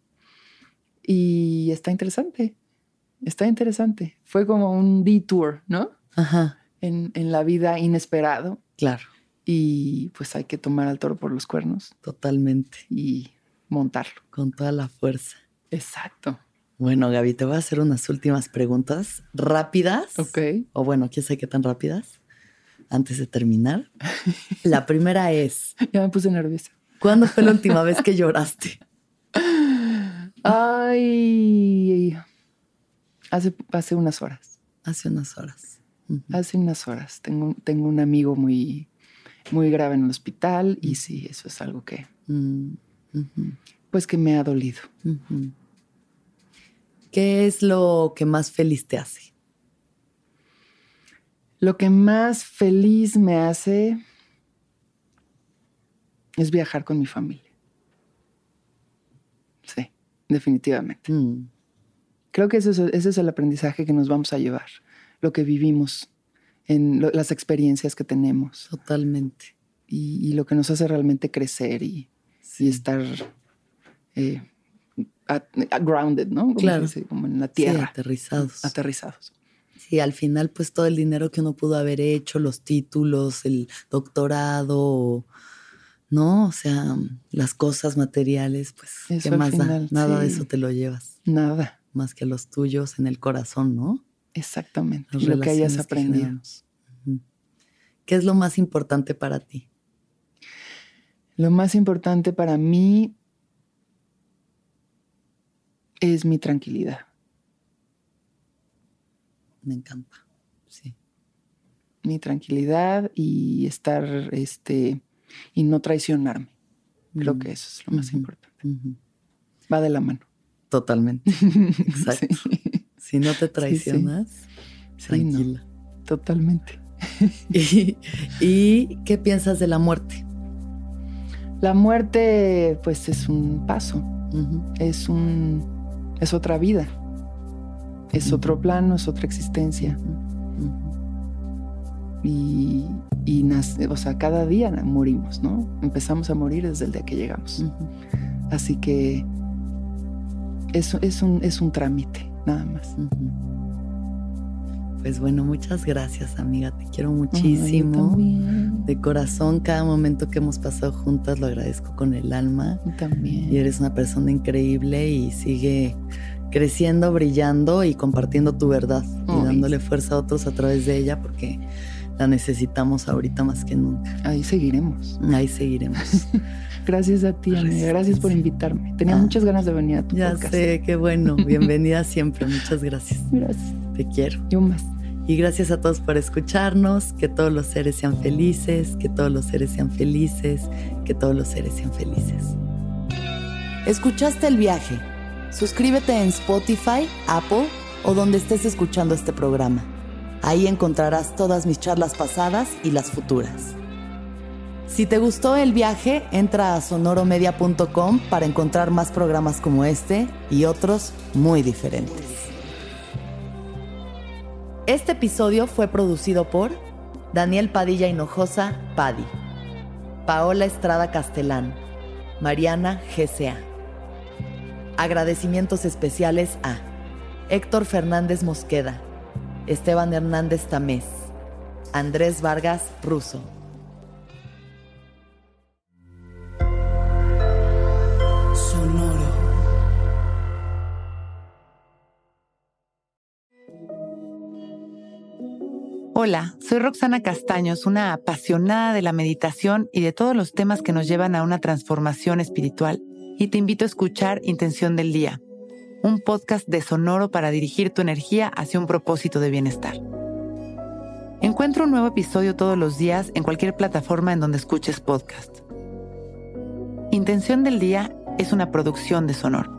Y está interesante, está interesante. Fue como un detour, ¿no? Ajá. En, en la vida inesperado. Claro. Y pues hay que tomar al toro por los cuernos. Totalmente. Y montarlo. Con toda la fuerza. Exacto. Bueno, Gaby, te voy a hacer unas últimas preguntas rápidas. Ok. O bueno, quién sabe qué tan rápidas. Antes de terminar. La primera es... Ya me puse nerviosa. ¿Cuándo fue la última vez que lloraste? Ay... Hace, hace unas horas. Hace unas horas. Uh-huh. Hace unas horas. Tengo, tengo un amigo muy, muy grave en el hospital y sí, eso es algo que... Uh-huh. Pues que me ha dolido. Uh-huh. ¿Qué es lo que más feliz te hace? Lo que más feliz me hace es viajar con mi familia. Sí, definitivamente. Mm. Creo que ese es, ese es el aprendizaje que nos vamos a llevar, lo que vivimos, en lo, las experiencias que tenemos. Totalmente. Y, y lo que nos hace realmente crecer y, sí. y estar eh, at, at grounded, ¿no? Como claro. se dice, como en la tierra. Sí, aterrizados. Aterrizados. Sí, al final, pues todo el dinero que uno pudo haber hecho, los títulos, el doctorado, ¿no? O sea, las cosas materiales, pues, eso ¿qué más final, da? Nada sí. de eso te lo llevas. Nada. Más que los tuyos en el corazón, ¿no? Exactamente. Las y lo que hayas aprendido. Que uh-huh. ¿Qué es lo más importante para ti? Lo más importante para mí es mi tranquilidad. Me encanta, sí. Mi tranquilidad y estar, este, y no traicionarme. Creo mm. que eso es lo más uh-huh. importante. Uh-huh. Va de la mano. Totalmente. Exacto. Sí. Si no te traicionas, sí, sí. tranquila. Sí, no. Totalmente. ¿Y, ¿Y qué piensas de la muerte? La muerte, pues, es un paso. Uh-huh. Es un, es otra vida. Es uh-huh. otro plano, es otra existencia. Uh-huh. y, y nace, o sea, cada día morimos, ¿no? Empezamos a morir desde el día que llegamos. Uh-huh. Así que eso es un, es un trámite, nada más. Uh-huh. Pues bueno, muchas gracias, amiga. Te quiero muchísimo. Ay, de corazón, cada momento que hemos pasado juntas lo agradezco con el alma. Yo también. Y eres una persona increíble y sigue creciendo, brillando y compartiendo tu verdad. Ay. Y dándole fuerza a otros a través de ella, porque la necesitamos ahorita más que nunca. Ahí seguiremos. Ahí seguiremos. Gracias a ti, amiga. Gracias por invitarme. Tenía ah, muchas ganas de venir a tu ya podcast. Ya sé, qué bueno. Bienvenida siempre. Muchas gracias. Gracias. Te quiero. Yo más. Y gracias a todos por escucharnos. Que todos los seres sean felices. Que todos los seres sean felices. Que todos los seres sean felices. ¿Escuchaste El Viaje? Suscríbete en Spotify, Apple o donde estés escuchando este programa. Ahí encontrarás todas mis charlas pasadas y las futuras. Si te gustó El Viaje, entra a sonoro media punto com para encontrar más programas como este y otros muy diferentes. Este episodio fue producido por Daniel Padilla Hinojosa, Padi, Paola Estrada Castelán, Mariana G C A. Agradecimientos especiales a Héctor Fernández Mosqueda, Esteban Hernández Tamés, Andrés Vargas Russo. Hola, soy Roxana Castaños, una apasionada de la meditación y de todos los temas que nos llevan a una transformación espiritual, y te invito a escuchar Intención del Día, un podcast de Sonoro para dirigir tu energía hacia un propósito de bienestar. Encuentra un nuevo episodio todos los días en cualquier plataforma en donde escuches podcast. Intención del Día es una producción de Sonoro.